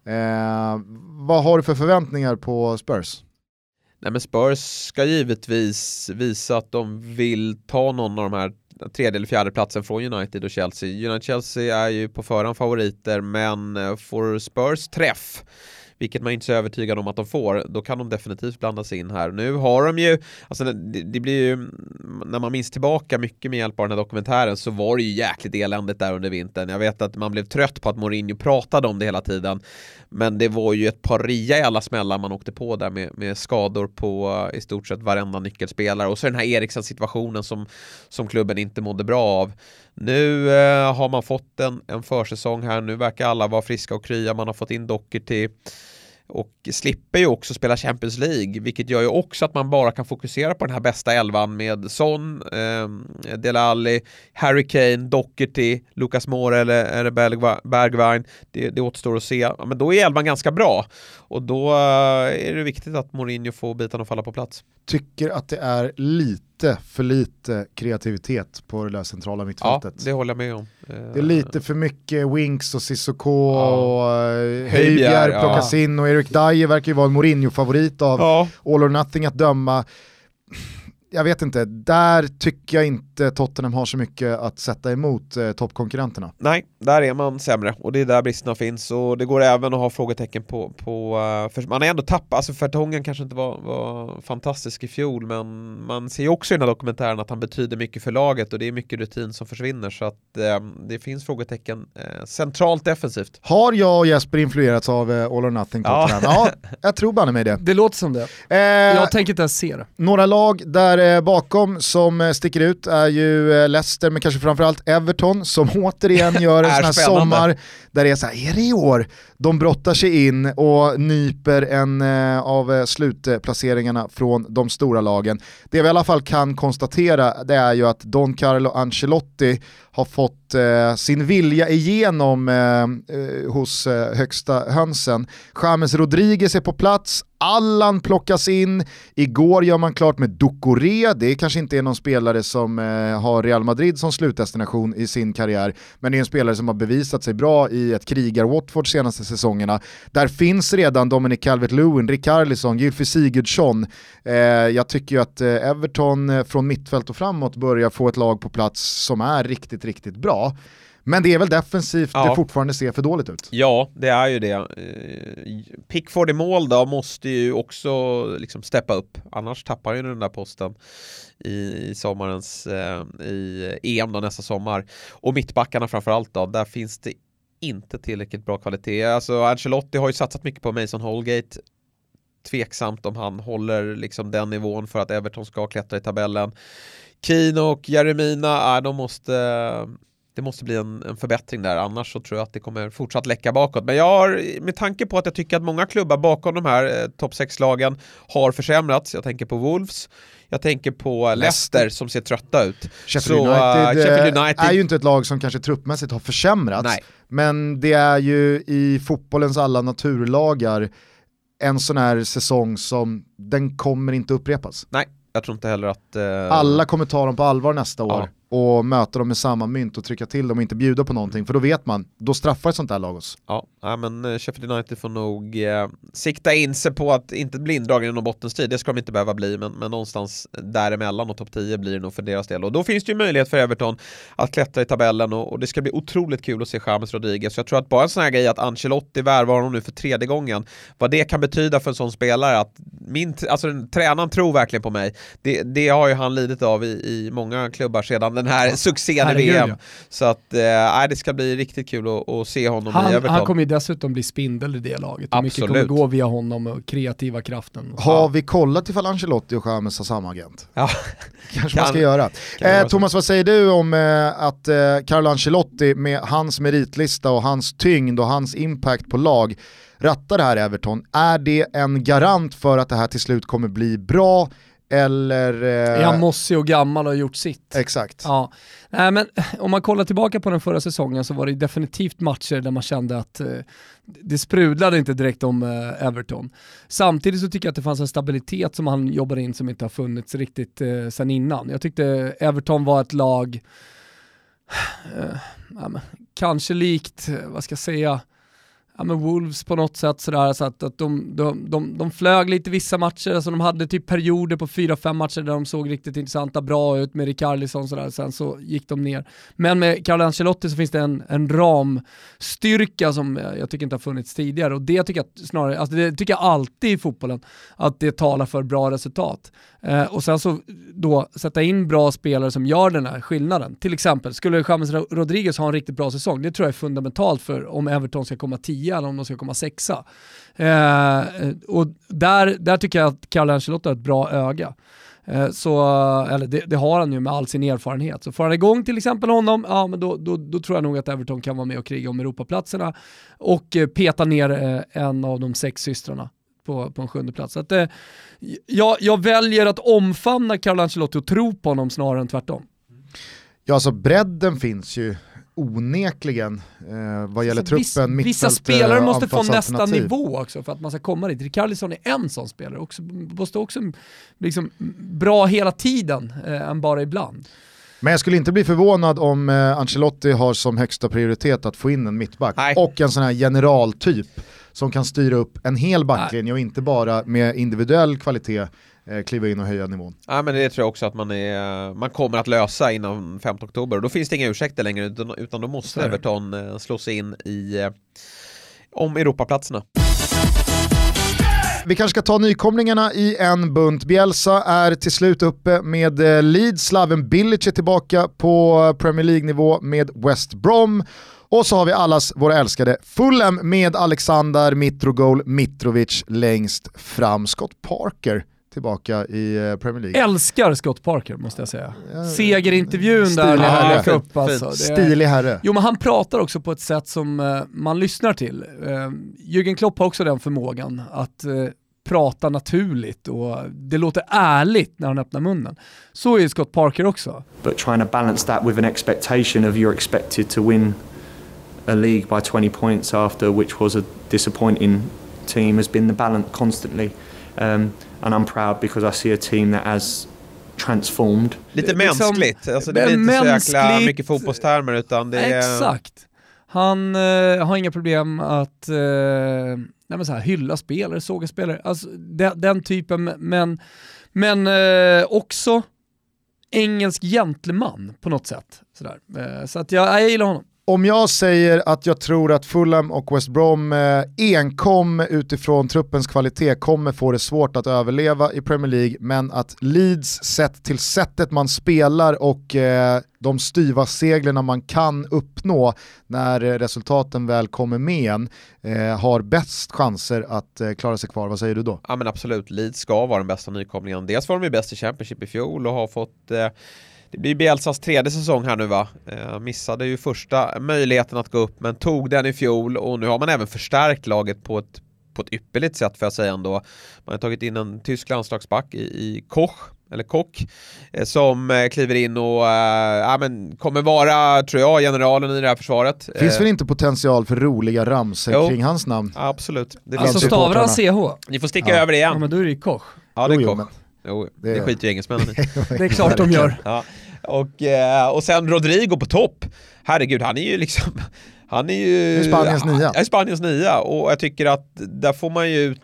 Vad har du för förväntningar på Spurs? Nej, men Spurs ska givetvis visa att de vill ta någon av de här 3:e eller 4:e platsen från United och Chelsea. Chelsea är ju på förhand favoriter, men får Spurs träff, vilket man inte är så övertygad om att de får, då kan de definitivt blandas in här. Nu har de ju, alltså det blir ju, när man minns tillbaka mycket med hjälp av den här dokumentären, så var det ju jäkligt eländigt där under vintern. Jag vet att man blev trött på att Mourinho pratade om det hela tiden, men det var ju ett par ria i alla smällar man åkte på där med skador på i stort sett varenda nyckelspelare, och så den här Eriksen-situationen som klubben inte mådde bra av. Nu har man fått en försäsong här, nu verkar alla vara friska och krya, man har fått in Doherty. och slipper ju också spela Champions League, vilket gör ju också att man bara kan fokusera på den här bästa elvan med Son, Dele Alli, Harry Kane, Doherty, Lucas Moura eller Bergwijn. Det återstår att se. Ja, men då är elvan ganska bra och då är det viktigt att Mourinho får bitarna att falla på plats. Tycker att det är lite för lite kreativitet på det där centrala mittfältet. Ja, det håller jag med om. Det är lite för mycket Winks och Sissoko och Højbjerg plockas in och Erik Dyer verkar ju vara en Mourinho-favorit av All or Nothing att döma. Jag vet inte, där tycker jag inte Tottenham har så mycket att sätta emot toppkonkurrenterna. Nej, där är man sämre och det är där bristerna finns och det går även att ha frågetecken på för man har ändå tappat, alltså Vertonghen kanske inte var fantastisk i fjol, men man ser ju också i den här dokumentären att han betyder mycket för laget och det är mycket rutin som försvinner, så att det finns frågetecken centralt defensivt. Har jag och Jesper influerats av All or Nothing Tottenham? Ja, jag tror bara med det. Det låter som det. Jag tänker inte ens se det. Några lag där bakom som sticker ut är ju Leicester, men kanske framförallt Everton som återigen gör en sån här sommar där det är så här, är det i år? De brottar sig in och nyper en av slutplaceringarna från de stora lagen. Det vi i alla fall kan konstatera, det är ju att Don Carlo Ancelotti har fått sin vilja igenom hos högsta hönsen. James Rodriguez är på plats, Allan plockas in, igår gör man klart med Doucouré, det kanske inte är någon spelare som har Real Madrid som slutdestination i sin karriär, men det är en spelare som har bevisat sig bra i ett krigar-Watford senaste säsongerna. Där finns redan Dominic Calvert-Lewin, Richarlison, Gylfi Sigurdsson. Jag tycker ju att Everton från mittfält och framåt börjar få ett lag på plats som är riktigt, riktigt bra. Men det är väl defensivt det fortfarande ser för dåligt ut. Ja, det är ju det. Pickford i mål då måste ju också liksom steppa upp. Annars tappar ju den där posten i sommarens i EM då nästa sommar. Och mittbackarna framförallt då, där finns det inte tillräckligt bra kvalitet. Alltså Ancelotti har ju satsat mycket på Mason Holgate. Tveksamt om han håller liksom den nivån för att Everton ska klättra i tabellen. Keane och Jeremina, det måste bli en förbättring där, annars så tror jag att det kommer fortsatt läcka bakåt. Men jag har, med tanke på att jag tycker att många klubbar bakom de här topp 6-lagen har försämrats, jag tänker på Wolves, jag tänker på Leicester som ser trötta ut. Sheffield United är ju inte ett lag som kanske truppmässigt har försämrats. Nej. Men det är ju i fotbollens alla naturlagar en sån här säsong som den kommer inte upprepas. Nej, jag tror inte heller att alla kommer ta dem på allvar nästa år och möta dem med samma mynt och trycka till dem och inte bjuda på någonting, för då vet man, då straffar ett sånt här lag oss. Ja, men Sheffield United får nog sikta in sig på att inte bli indragen i någon bottenstrid, det ska de inte behöva bli, men någonstans däremellan och topp 10 blir det nog för deras del, och då finns det ju möjlighet för Everton att klättra i tabellen och det ska bli otroligt kul att se James Rodriguez. Så jag tror att bara en sån här grej att Ancelotti värvar honom nu för 3:e gången, vad det kan betyda för en sån spelare, att tränaren tror verkligen på mig, det har ju han lidit av i många klubbar sedan den här succén i VM. Så att det ska bli riktigt kul att se honom i Everton. Han kommer ju dessutom bli spindel i det laget. Och mycket kommer gå via honom och kreativa kraften. Har vi kollat ifall Ancelotti och James har samma agent? Ja. Kanske man ska göra. Thomas, vad säger du om att Carlo Ancelotti med hans meritlista och hans tyngd och hans impact på lag rattar det här Everton? Är det en garant för att det här till slut kommer bli bra? Eller är han mossig och gammal och har gjort sitt? Exakt. Ja. Nej, men om man kollar tillbaka på den förra säsongen så var det definitivt matcher där man kände att det sprudlade inte direkt om Everton. Samtidigt så tycker jag att det fanns en stabilitet som han jobbar in som inte har funnits riktigt sedan innan. Jag tyckte Everton var ett lag kanske likt, vad ska jag säga, men Wolves på något sätt sådär, så att de flög lite vissa matcher, alltså de hade typ perioder på 4-5 matcher där de såg riktigt intressanta, bra ut med Richarlison sådär, sen så gick de ner. Men med Carlo Ancelotti så finns det en ramstyrka som jag tycker inte har funnits tidigare, och det tycker jag snarare, alltså det tycker jag alltid i fotbollen, att det talar för bra resultat. Och sen så då sätta in bra spelare som gör den här skillnaden. Till exempel, skulle James Rodriguez ha en riktigt bra säsong, det tror jag är fundamentalt för om Everton ska komma 10 eller om de ska komma 6. Och där tycker jag att Carlo Ancelotti har ett bra öga. Det har han ju med all sin erfarenhet. Så får han igång till exempel honom, ja, men då tror jag nog att Everton kan vara med och kriga om Europaplatserna och peta ner en av de 6 systrarna på en 7:e plats. Så att, jag väljer att omfamna Carlo Ancelotti och tro på honom snarare än tvärtom. Ja, alltså bredden finns ju onekligen vad gäller truppen. Vissa spelare måste få nästa nivå också för att man ska komma dit. Richarlison är en sån spelare också, måste också liksom bra hela tiden än bara ibland. Men jag skulle inte bli förvånad om Ancelotti har som högsta prioritet att få in en mittback. Nej. Och en sån här generaltyp som kan styra upp en hel backlinje och inte bara med individuell kvalitet kliva in och höja nivån. Ja, men det tror jag också att man kommer att lösa innan 5 oktober. Och då finns det inga ursäkter längre utan då måste Everton slå sig in om Europaplatserna. Vi kanske ska ta nykomlingarna i en bunt. Bielsa är till slut uppe med Leeds. Slaven Bilic är tillbaka på Premier League-nivå med West Brom. Och så har vi allas våra älskade Fulham med Alexander Mitrovic längst fram. Scott Parker tillbaka i Premier League. Älskar Scott Parker måste jag säga. Segerintervjun där när han gick upp. Alltså. Stilig herre. Jo, men han pratar också på ett sätt som man lyssnar till. Jürgen Klopp har också den förmågan att prata naturligt och det låter ärligt när han öppnar munnen. Så är Scott Parker också. But trying to balance that with an expectation of you're expected to win a league by 20 points after which was a disappointing team has been the balance constantly. And I'm proud because I see a team that has transformed. Lite mänskligt. Alltså det blir inte så jäkla mycket fotbollstermer utan det är... Exakt. Han har inga problem att hylla spelare, såga spelare. Alltså den typen, men också engelsk gentleman på något sätt. Sådär. Så att jag gillar honom. Om jag säger att jag tror att Fulham och West Brom enkom utifrån truppens kvalitet kommer få det svårt att överleva i Premier League, men att Leeds sett till sättet man spelar och de styva seglerna man kan uppnå när resultaten väl kommer med igen har bäst chanser att klara sig kvar. Vad säger du då? Ja, men absolut, Leeds ska vara den bästa nykomlingen. Dels var de ju bäst i Championship i fjol och har fått... Det blir Bielsas 3:e säsong här nu va. Missade ju första möjligheten att gå upp men tog den i fjol och nu har man även förstärkt laget på ett ypperligt sätt för jag säga ändå. Man har tagit in en tysk landslagsback i Koch som kliver in och kommer vara, tror jag, generalen i det här försvaret. Finns väl inte potential för roliga ramser kring hans namn? Absolut. Alltså stavar han CH? Ni får sticka över det igen. Ja, men då är det ju Koch. Ja, det är Koch. Jo, det skiter ju engelsmännen i. Det är klart de gör. Ja. Och sen Rodrigo på topp. Herregud, han är ju Spaniens nia och jag tycker att där får man ju ut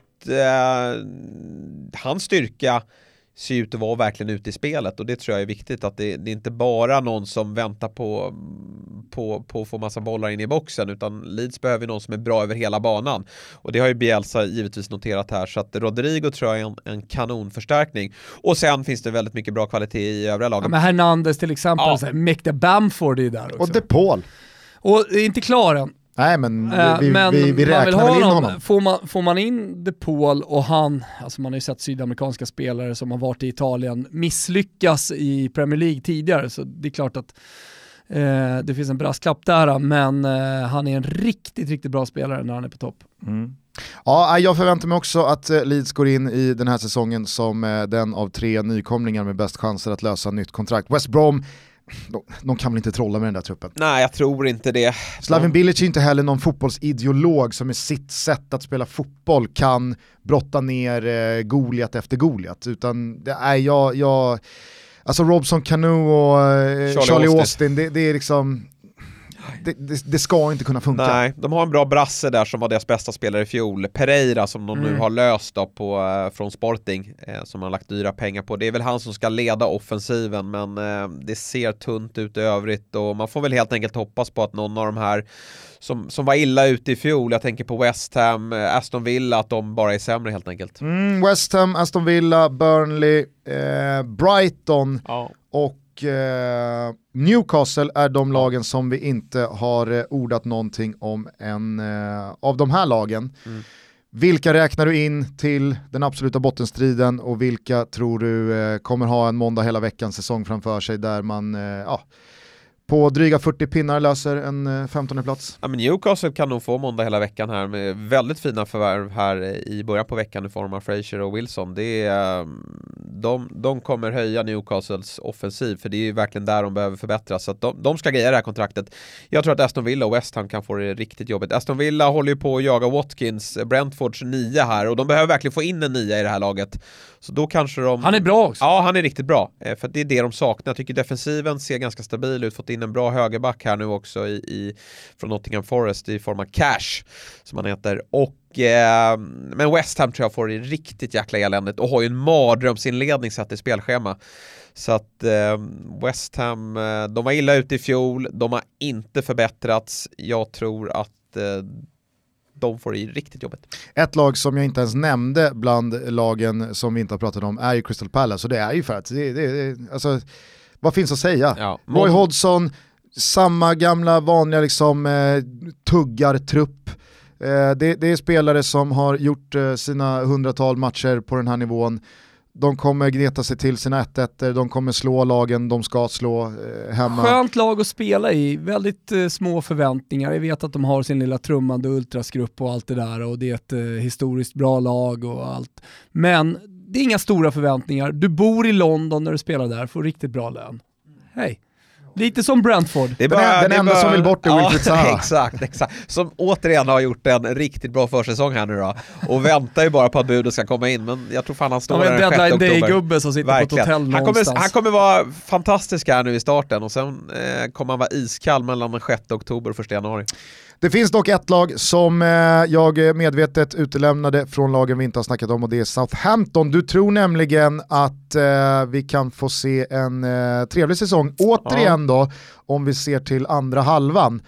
hans styrka ser ut att vara verkligen ute i spelet och det tror jag är viktigt att det är inte bara någon som väntar på att få massa bollar in i boxen utan Leeds behöver någon som är bra över hela banan och det har ju Bielsa givetvis noterat här så att Rodrigo tror jag är en kanonförstärkning och sen finns det väldigt mycket bra kvalitet i övriga lagen. Ja, men Hernandez till exempel, Mekta Bamford är där också. Och De Paul. Och är inte klar än. Nej, men vi räknar väl in honom. Får man in De Paul och han, alltså man har ju sett sydamerikanska spelare som har varit i Italien misslyckas i Premier League tidigare, så det är klart att det finns en brasklapp där, men han är en riktigt, riktigt bra spelare när han är på topp. Mm. Ja, jag förväntar mig också att Leeds går in i den här säsongen som den av 3 nykomlingar med bäst chanser att lösa nytt kontrakt. West Brom, de kan väl inte trolla med den där truppen? Nej, jag tror inte det. Slaven Bilic är inte heller någon fotbollsideolog som med sitt sätt att spela fotboll kan brotta ner Goliat efter Goliat, utan det är alltså Robson Kanu och Charlie Austin, det är liksom det ska inte kunna funka. Nej, de har en bra brasse där som var deras bästa spelare i fjol. Pereira som de nu har löst då från Sporting som har lagt dyra pengar på. Det är väl han som ska leda offensiven men det ser tunt ut i övrigt och man får väl helt enkelt hoppas på att någon av de här som var illa ute i fjol, jag tänker på West Ham, Aston Villa, att de bara är sämre helt enkelt. West Ham, Aston Villa, Burnley, Brighton och Newcastle är de lagen som vi inte har ordat någonting om än av de här lagen. Vilka räknar du in till den absoluta bottenstriden och vilka tror du kommer ha en måndag hela veckan säsong framför sig där man på dryga 40 pinnar löser en 15:e plats? Ja, men Newcastle kan nog få måndag hela veckan här med väldigt fina förvärv här i början på veckan i form av Fraser och Wilson. Det är, de kommer höja Newcastles offensiv, för det är ju verkligen där de behöver förbättras. Så att de ska greja det här kontraktet. Jag tror att Aston Villa och West Ham kan få det riktigt jobbigt. Aston Villa håller ju på att jaga Watkins, Brentfords 9 här, och de behöver verkligen få in en 9 i det här laget. Så då kanske Han är bra också. Ja, han är riktigt bra. För det är det de saknar. Jag tycker defensiven ser ganska stabil ut. Fått in en bra högerback här nu också från Nottingham Forest i form av Cash, som han heter. Men West Ham tror jag får det riktigt jäkla eländigt och har ju en mardrömsinledning satt i spelschema. Så att West Ham, de var illa ute i fjol. De har inte förbättrats. Jag tror att de får det riktigt jobbigt. Ett lag som jag inte ens nämnde bland lagen som vi inte har pratat om är ju Crystal Palace, och det är ju för att alltså, vad finns att säga? Ja. Roy Hodgson, samma gamla vanliga liksom tuggartrupp. Det är spelare som har gjort sina 100-tal matcher på den här nivån. De kommer gneta sig till sina 1-1, de kommer slå lagen de ska slå hemma. Skönt lag att spela i, väldigt små förväntningar. Jag vet att de har sin lilla trummande ultrasgrupp och allt det där, och det är ett historiskt bra lag och allt. Men det är inga stora förväntningar. Du bor i London när du spelar där, får riktigt bra lön. Hej. Lite som Brentford. Det är den enda som vill bort är Wilfried Zaha. Exakt. Som återigen har gjort en riktigt bra försäsong här nu då. Och väntar ju bara på att budet ska komma in. Men jag tror fan han står där den 6 oktober. Deadline day-gubbe som sitter på ett hotell någonstans. Han kommer vara fantastisk här nu i starten. Och sen kommer han vara iskall mellan den 6 oktober och 1 januari. Det finns dock ett lag som jag medvetet utelämnade från lagen vi inte har snackat om, och det är Southampton. Du tror nämligen att vi kan få se en trevlig säsong återigen då, om vi ser till andra halvan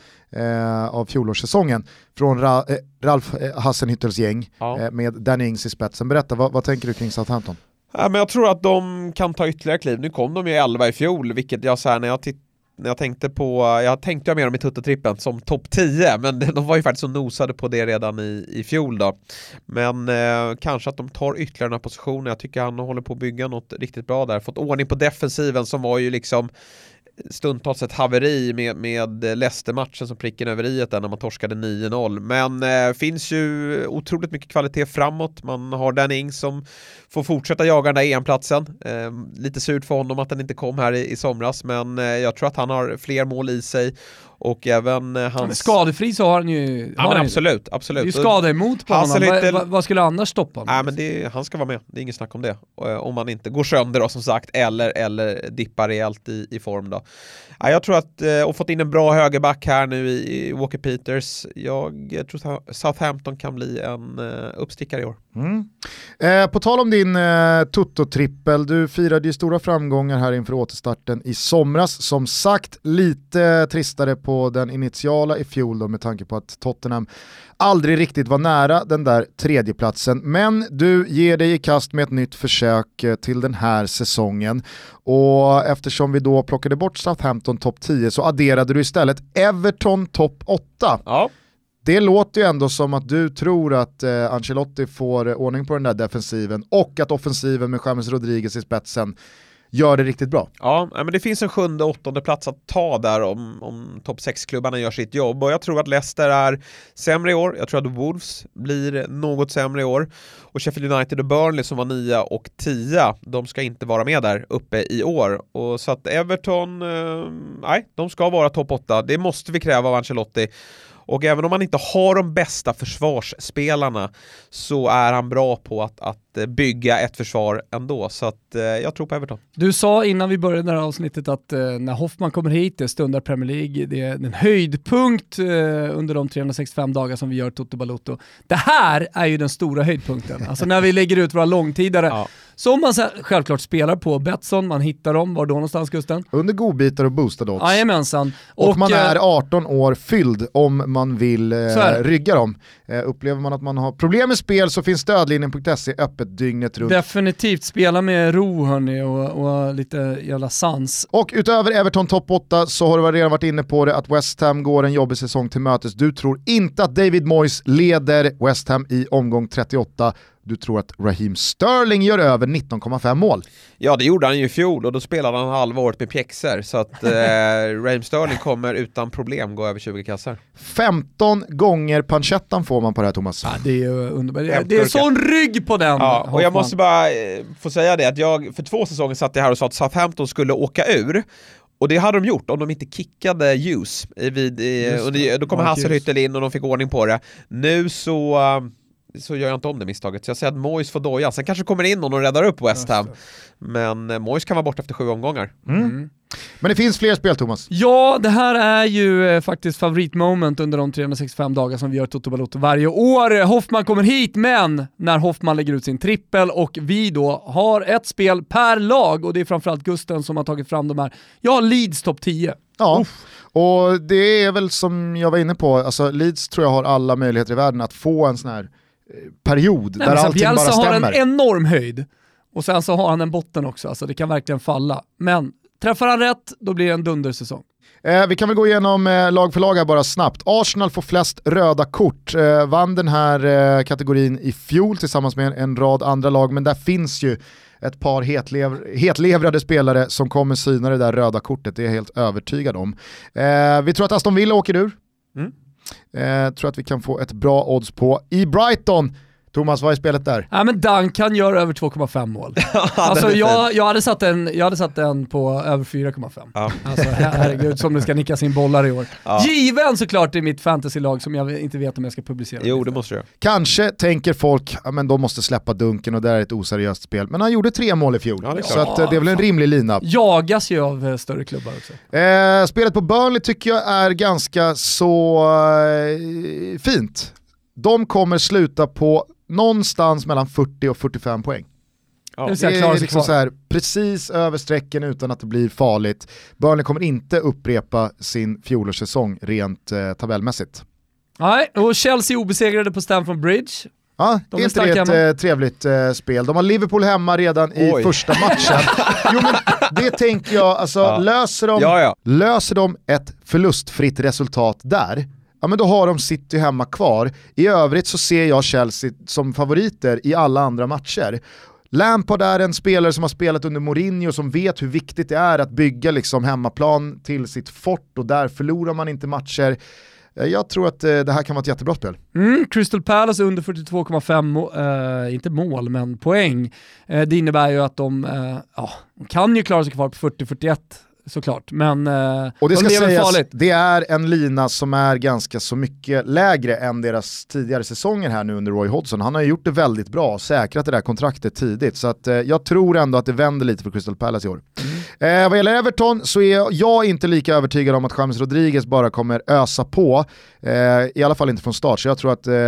av fjolårssäsongen från Ralf Hasenhüttels gäng med Danny Ings i spetsen. Berätta, vad tänker du kring Southampton? Ja, men jag tror att de kan ta ytterligare kliv. Nu kom de ju 11 i fjol, vilket jag så här, när jag tänkte mer om i Tutto-trippen som topp 10, men de var ju faktiskt så nosade på det redan i fjol då. Men kanske att de tar ytterligare den här positionen. Jag tycker han håller på att bygga något riktigt bra där. Fått ordning på defensiven som var ju liksom stundtals ett haveri med Leicester-matchen som pricken över i där när man torskade 9-0. Men finns ju otroligt mycket kvalitet framåt. Man har Danny Ings som får fortsätta jaga den där EM-platsen. Lite surt för honom att den inte kom här i somras, men jag tror att han har fler mål i sig. Och även hans... Skadefri så har han ju... Ja, men absolut. Det är ju skada emot på honom. Vad skulle annars stoppa honom? Nej, men han ska vara med. Det är inget snack om det. Om man inte går sönder då, som sagt, eller dippar rejält i form då. Ja, jag tror att, och fått in en bra högerback här nu i Walker Peters. Jag tror Southampton kan bli en uppstickare i år. På tal om din Tutto-trippel, du firade ju stora framgångar här inför återstarten i somras. Som sagt, lite tristare på den initiala i fjol då, med tanke på att Tottenham aldrig riktigt var nära den där tredjeplatsen. Men du ger dig i kast med ett nytt försök till den här säsongen. Och eftersom vi då plockade bort Southampton topp 10 så adderade du istället Everton topp 8. Ja. Det låter ju ändå som att du tror att Ancelotti får ordning på den där defensiven och att offensiven med James Rodriguez i spetsen gör det riktigt bra. Ja, men det finns en 7:e och 8:e plats att ta där om topp 6-klubbarna gör sitt jobb. Och jag tror att Leicester är sämre i år. Jag tror att Wolves blir något sämre i år. Och Sheffield United och Burnley som var 9 och 10, de ska inte vara med där uppe i år. Och så att Everton, de ska vara topp 8. Det måste vi kräva av Ancelotti. Och även om man inte har de bästa försvarsspelarna så är han bra på att bygga ett försvar ändå. Så att jag tror på Everton. Du sa innan vi började det här avsnittet att när Hoffman kommer hit, det stundar Premier League, det är en höjdpunkt under de 365 dagar som vi gör Toto Balotto. Det här är ju den stora höjdpunkten. Alltså när vi lägger ut våra långtidare som man självklart spelar på Betsson, man hittar dem, var då någonstans, Gusten? Under godbitar och boostade odds. Jajamensan. Och man är 18 år fylld om man vill rygga dem. Upplever man att man har problem med spel så finns stödlinjen.se öppet dygnet runt. Definitivt spela med ro hörni, och lite jävla sans. Och utöver Everton topp 8 så har du redan varit inne på det att West Ham går en jobbig säsong till mötes. Du tror inte att David Moyes leder West Ham i omgång 38. Du tror att Raheem Sterling gör över 19,5 mål. Ja, det gjorde han ju i fjol och då spelade han halva året med pjäxor. Så att Raheem Sterling kommer utan problem gå över 20 kassar. 15 gånger panchettan får man på det här, Thomas. Ja, det är ju underbart. Det är sån rygg på den. Ja, och Hoffman. jag måste bara få säga det att jag för 2 säsonger satt jag här och sa att Southampton skulle åka ur. Och det hade de gjort om de inte kickade Hughes då kommer Hasselhüttel in och de fick ordning på det. Nu så gör jag inte om det misstaget. Så jag säger att Moyes får doja. Sen kanske kommer in någon och räddar upp West Ham. Men Moyes kan vara borta efter 7 omgångar. Men det finns fler spel, Thomas. Ja, det här är ju faktiskt favoritmoment under de 365 dagar som vi gör Toto Balotto varje år. Hoffman kommer hit, men när Hoffman lägger ut sin trippel och vi då har ett spel per lag, och det är framförallt Gusten som har tagit fram de här. Ja, Leeds topp 10. Ja, och det är väl som jag var inne på, alltså Leeds tror jag har alla möjligheter i världen att få en sån här period där allting Bielsa bara stämmer. har en enorm höjd och sen så har han en botten också, alltså det kan verkligen falla. Men träffar han rätt, då blir det en dundersäsong. Vi kan väl gå igenom lag för lag här bara snabbt. Arsenal får flest röda kort. Vann den här kategorin i fjol tillsammans med en rad andra lag, men där finns ju ett par hetlevrade spelare som kommer syna det där röda kortet, det är jag helt övertygad om. Vi tror att Aston Villa åker ur. Tror att vi kan få ett bra odds på. I Brighton, Thomas, vad är spelet där? Ja, men Duncan gör över 2,5 mål. Alltså jag hade satt den på över 4,5. Ja. Alltså herregud, som det ska nicka sin bollar i år. Ja. Given såklart i mitt fantasylag som jag inte vet om jag ska publicera. Jo, det måste jag. Kanske tänker folk, ja, men de måste släppa Duncan och det är ett oseriöst spel. Men han gjorde 3 mål i fjol, så att, det är väl en rimlig lina. Jagas ju av större klubbar också. Spelet på Burnley tycker jag är ganska så fint. De kommer sluta på någonstans mellan 40 och 45 poäng. Ja. Det är liksom så här, precis över strecken utan att det blir farligt. Burnley kommer inte upprepa sin fjolårssäsong rent tabellmässigt. Nej, och Chelsea obesegrade på Stamford Bridge. Ja, det är inte det ett trevligt spel. De har Liverpool hemma redan i första matchen. Jo, men det tänker jag, alltså löser de ett förlustfritt resultat där, ja, men då har de City hemma kvar. I övrigt så ser jag Chelsea som favoriter i alla andra matcher. Lampard är en spelare som har spelat under Mourinho, som vet hur viktigt det är att bygga liksom hemmaplan till sitt fort, och där förlorar man inte matcher. Jag tror att det här kan vara ett jättebra spel. Crystal Palace under 42,5 inte mål men poäng. Det innebär ju att de kan ju klara sig kvar på 40-41 såklart, men och det ska sägas, farligt. Det är en lina som är ganska så mycket lägre än deras tidigare säsonger här nu under Roy Hodgson. Han har ju gjort det väldigt bra, säkrat det där kontraktet tidigt, så att jag tror ändå att det vänder lite för Crystal Palace i år. Vad gäller Everton så är jag inte lika övertygad om att James Rodriguez bara kommer ösa på, i alla fall inte från start, så jag tror att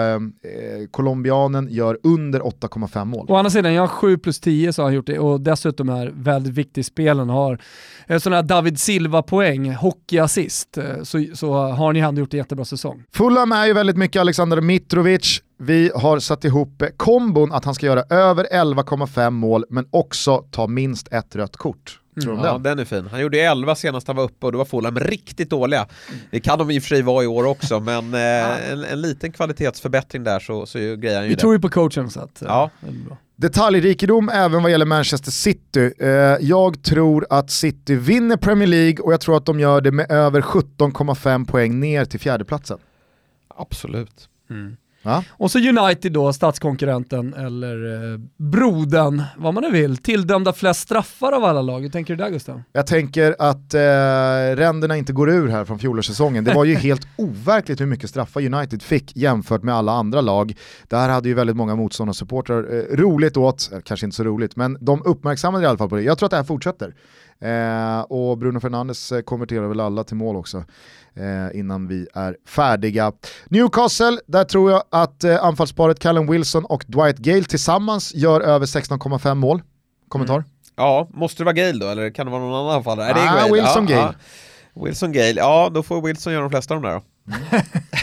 colombianen gör under 8,5 mål. Å andra sidan, jag har 7+10 så har han gjort det, och dessutom är väldigt viktig spelen, har sådana här David Silva-poäng, hockeyassist, så har ni ändå gjort en jättebra säsong. Fulham är ju väldigt mycket Alexander Mitrovic. Vi har satt ihop kombon att han ska göra över 11,5 mål men också ta minst ett rött kort. Tror du den? Den är fin. Han gjorde 11 senast han var uppe och då var Fulham riktigt dåliga. Det kan de i och för sig vara i år också, men en liten kvalitetsförbättring där så grejer han ju det. Vi tror ju på coachen så att ja. Det är bra. Detaljrikedom även vad gäller Manchester City. Jag tror att City vinner Premier League och jag tror att de gör det med över 17,5 poäng ner till fjärdeplatsen. Absolut. Ja. Och så United då, statskonkurrenten eller broden, vad man nu vill, tilldömda flest straffar av alla lag. Hur tänker du där, Gustav? Jag tänker att ränderna inte går ur här från fjolårssäsongen. Det var ju helt overkligt hur mycket straffar United fick jämfört med alla andra lag. Där hade ju väldigt många motståndarsupportrar roligt åt, kanske inte så roligt, men de uppmärksammade i alla fall på det. Jag tror att det här fortsätter. Och Bruno Fernandes konverterar väl alla till mål också innan vi är färdiga. Newcastle, där tror jag att anfallsparet Callum Wilson och Dwight Gale tillsammans gör över 16,5 mål. Kommentar? Ja, måste det vara Gale då? Eller kan det vara någon annan anfallare? Är det Wilson Gale. Wilson Gale, ja då får Wilson göra de flesta av dem där då.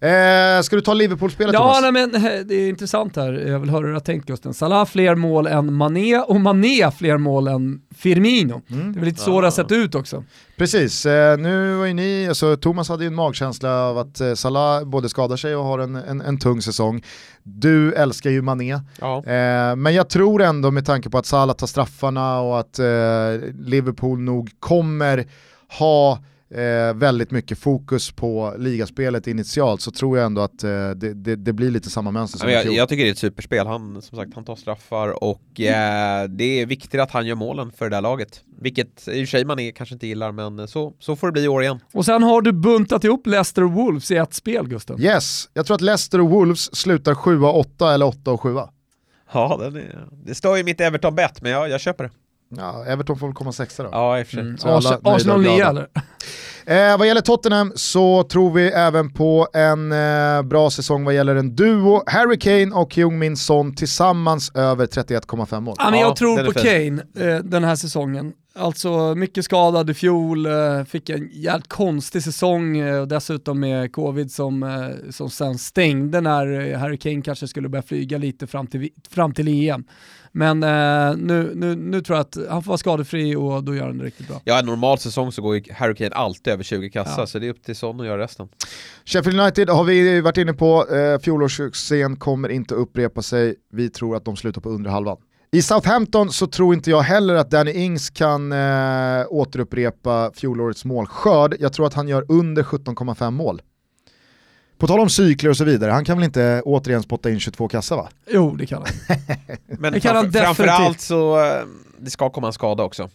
Ska du ta Liverpool-spelet, Thomas? Ja, nej, men det är intressant här. Jag vill höra hur du har tänkt, Gusten. Salah fler mål än Mané och Mané fler mål än Firmino. Det är väl lite så det har sett ut också. Precis, nu var ju ni, alltså Thomas hade ju en magkänsla av att Salah både skadar sig och har en tung säsong. Du älskar ju Mané, men jag tror ändå med tanke på att Salah tar straffarna och att Liverpool nog kommer ha väldigt mycket fokus på ligaspelet initialt, så tror jag ändå att det blir lite samma mönster som jag tycker det är ett superspel. Han tar straffar och det är viktigt att han gör målen för det där laget. Vilket i och för sig man kanske inte gillar, men så får det bli i år igen. Och sen har du buntat ihop Leicester och Wolves i ett spel, Gustav. Yes, jag tror att Leicester och Wolves slutar 7-8 eller 8-7. Ja, det står ju mitt Everton-bet, men jag köper det. Ja, Everton får väl komma 6 då. Ja, i och för sig. Arsenal 9 eller? Vad gäller Tottenham så tror vi även på en bra säsong vad gäller en duo. Harry Kane och Heung-min Son tillsammans över 31,5 mål. Ja, men jag tror på Kane den här säsongen. Alltså mycket skadad i fjol, fick en jävligt konstig säsong och dessutom med covid som sen stängde när Harry Kane kanske skulle börja flyga lite fram till EM. Men nu tror jag att han får vara skadefri och då gör han det riktigt bra. Ja, en normal säsong så går ju Harry Kane alltid över 20 kassar, så det är upp till Son att göra resten. Sheffield United har vi varit inne på, fjolårssuccén kommer inte upprepa sig. Vi tror att de slutar på under halvan. I Southampton så tror inte jag heller att Danny Ings kan återupprepa fjolårets målskörd. Jag tror att han gör under 17,5 mål. På tal om cykler och så vidare, han kan väl inte återigen spotta in 22 kassar, va? Jo, det kan han. Men det kan han framförallt så det ska komma en skada också.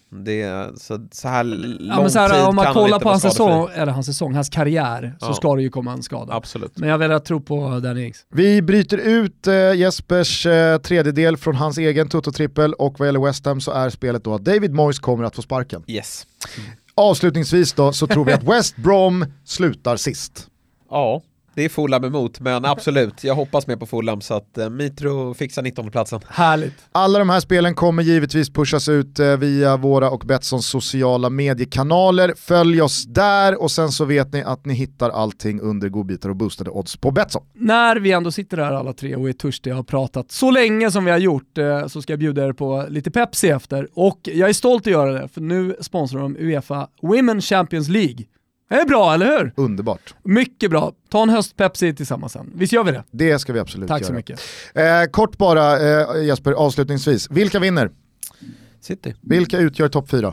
Så här lång tid om man kan kollar inte på hans karriär, så ska det ju komma en skada. Absolut. Men jag vill att tro på Danny Ings. Vi bryter ut Jespers tredjedel från hans egen Toto-trippel, och vad gäller West Ham så är spelet då att David Moyes kommer att få sparken. Yes. Avslutningsvis då så tror vi att West Brom slutar sist. Ja, det är Fulham emot, men absolut, jag hoppas med på Fulham så att Mitro fixar 19:e-platsen. Härligt. Alla de här spelen kommer givetvis pushas ut via våra och Betssons sociala mediekanaler. Följ oss där och sen så vet ni att ni hittar allting under godbitar och boostade odds på Betsson. När vi ändå sitter här alla tre och är törstiga och har pratat så länge som vi har gjort, så ska jag bjuda er på lite Pepsi efter. Och jag är stolt att göra det, för nu sponsrar de UEFA Women Champions League. Det är bra, eller hur? Underbart. Mycket bra. Ta en höst-Pepsi tillsammans sen. Visst gör vi det? Det ska vi absolut göra. Tack så mycket. Kort bara, Jesper, avslutningsvis. Vilka vinner? City. Vilka utgör topp 4?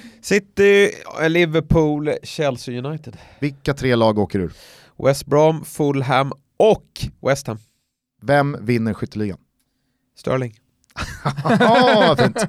City, Liverpool, Chelsea United. Vilka 3 lag åker ur? West Brom, Fulham och West Ham. Vem vinner skytteligan? Sterling. Fint.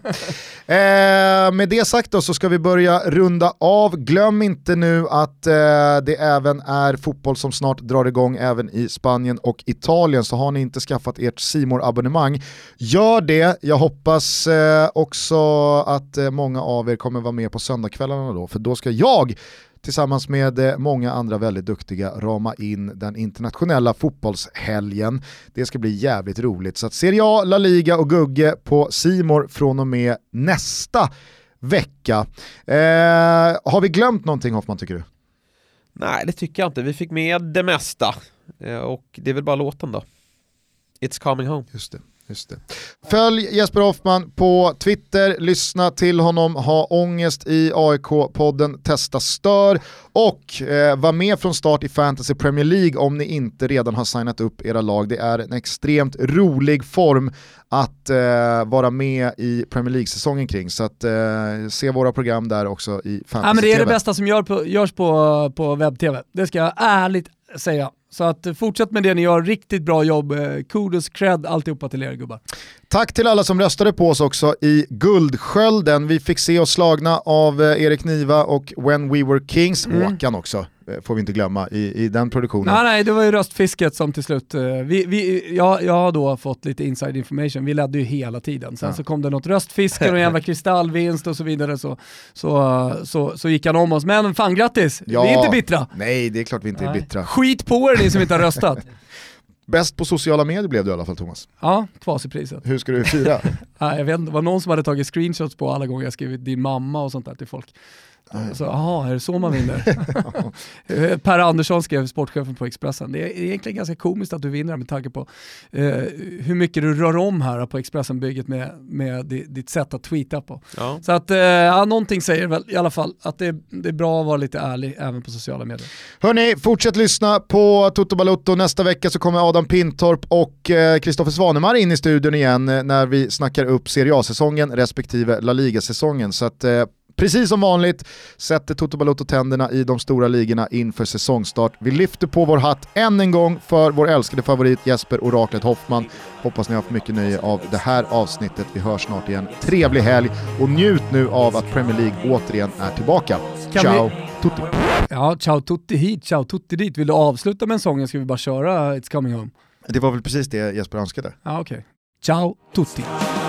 Med det sagt då så ska vi börja runda av. Glöm inte nu att det även är fotboll som snart drar igång även i Spanien och Italien, så har ni inte skaffat ert C-More-abonnemang, gör det. Jag hoppas också att många av er kommer vara med på söndagskvällarna då, för då ska jag tillsammans med många andra väldigt duktiga rama in den internationella fotbollshelgen. Det ska bli jävligt roligt. Så att Serie A, La Liga och Gugge på C-More från och med nästa vecka. Har vi glömt någonting, Hoffman, tycker du? Nej, det tycker jag inte. Vi fick med det mesta. Och det är väl bara låten då. It's coming home. Just det. Följ Jesper Hoffman på Twitter, lyssna till honom, ha ångest i AIK-podden, testa stör och var med från start i Fantasy Premier League om ni inte redan har signat upp era lag. Det är en extremt rolig form att vara med i Premier League-säsongen kring, så att se våra program där också i Fantasy-TV. Ja, men det är det bästa som görs på webb-tv, det ska jag ärligt säga. Så att fortsätt med det ni gör, riktigt bra jobb, kudos, cred, alltihopa till er gubbar. Tack till alla som röstade på oss också i Guldskölden. Vi fick se oss slagna av Erik Niva och When We Were Kings. Håkan också, får vi inte glömma i den produktionen. Nej, det var ju röstfisket som till slut. Jag har då fått lite inside information. Vi ledde ju hela tiden. Sen så kom det något röstfiske och en jävla kristallvinst och så vidare. Så gick han om oss. Men fan, grattis! Vi är inte bittra. Nej, det är klart vi inte är bittra. Skit på er ni som inte har röstat. Bäst på sociala medier blev du i alla fall, Thomas. Ja, kvasipriset. Hur ska du fira? Jag vet inte, det var någon som hade tagit screenshots på alla gånger jag skrivit din mamma och sånt där till folk. Så, är det så man vinner? Per Andersson skrev, sportchefen på Expressen. Det är egentligen ganska komiskt att du vinner med tanke på hur mycket du rör om här på Expressen-bygget med ditt sätt att tweeta på. Ja. Så att någonting säger väl i alla fall att det är bra att vara lite ärlig även på sociala medier. Hörni, fortsätt lyssna på Toto Balutto. Nästa vecka så kommer Adam Pintorp och Kristoffer Svanemar in i studion igen när vi snackar upp Serie A-säsongen respektive La Liga-säsongen. Så att precis som vanligt sätter Toto Balutto tänderna i de stora ligorna inför säsongstart. Vi lyfter på vår hatt än en gång för vår älskade favorit Jesper Oraklet Hoffman. Hoppas ni har haft mycket nöje av det här avsnittet. Vi hörs snart igen. Trevlig helg och njut nu av att Premier League återigen är tillbaka. Ciao Tutti. Ja, ciao Tutti hit, ciao Tutti dit. Vill du avsluta med en sång? Ska vi bara köra It's Coming Home? Det var väl precis det Jesper önskade. Ja, okej. Ciao Tutti.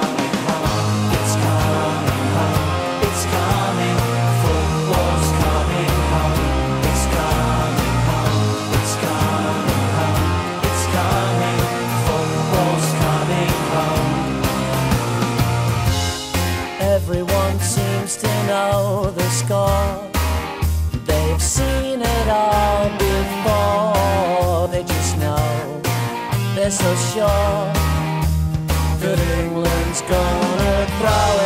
Everyone seems to know the score. They've seen it all before. They just know, they're so sure that England's gonna throw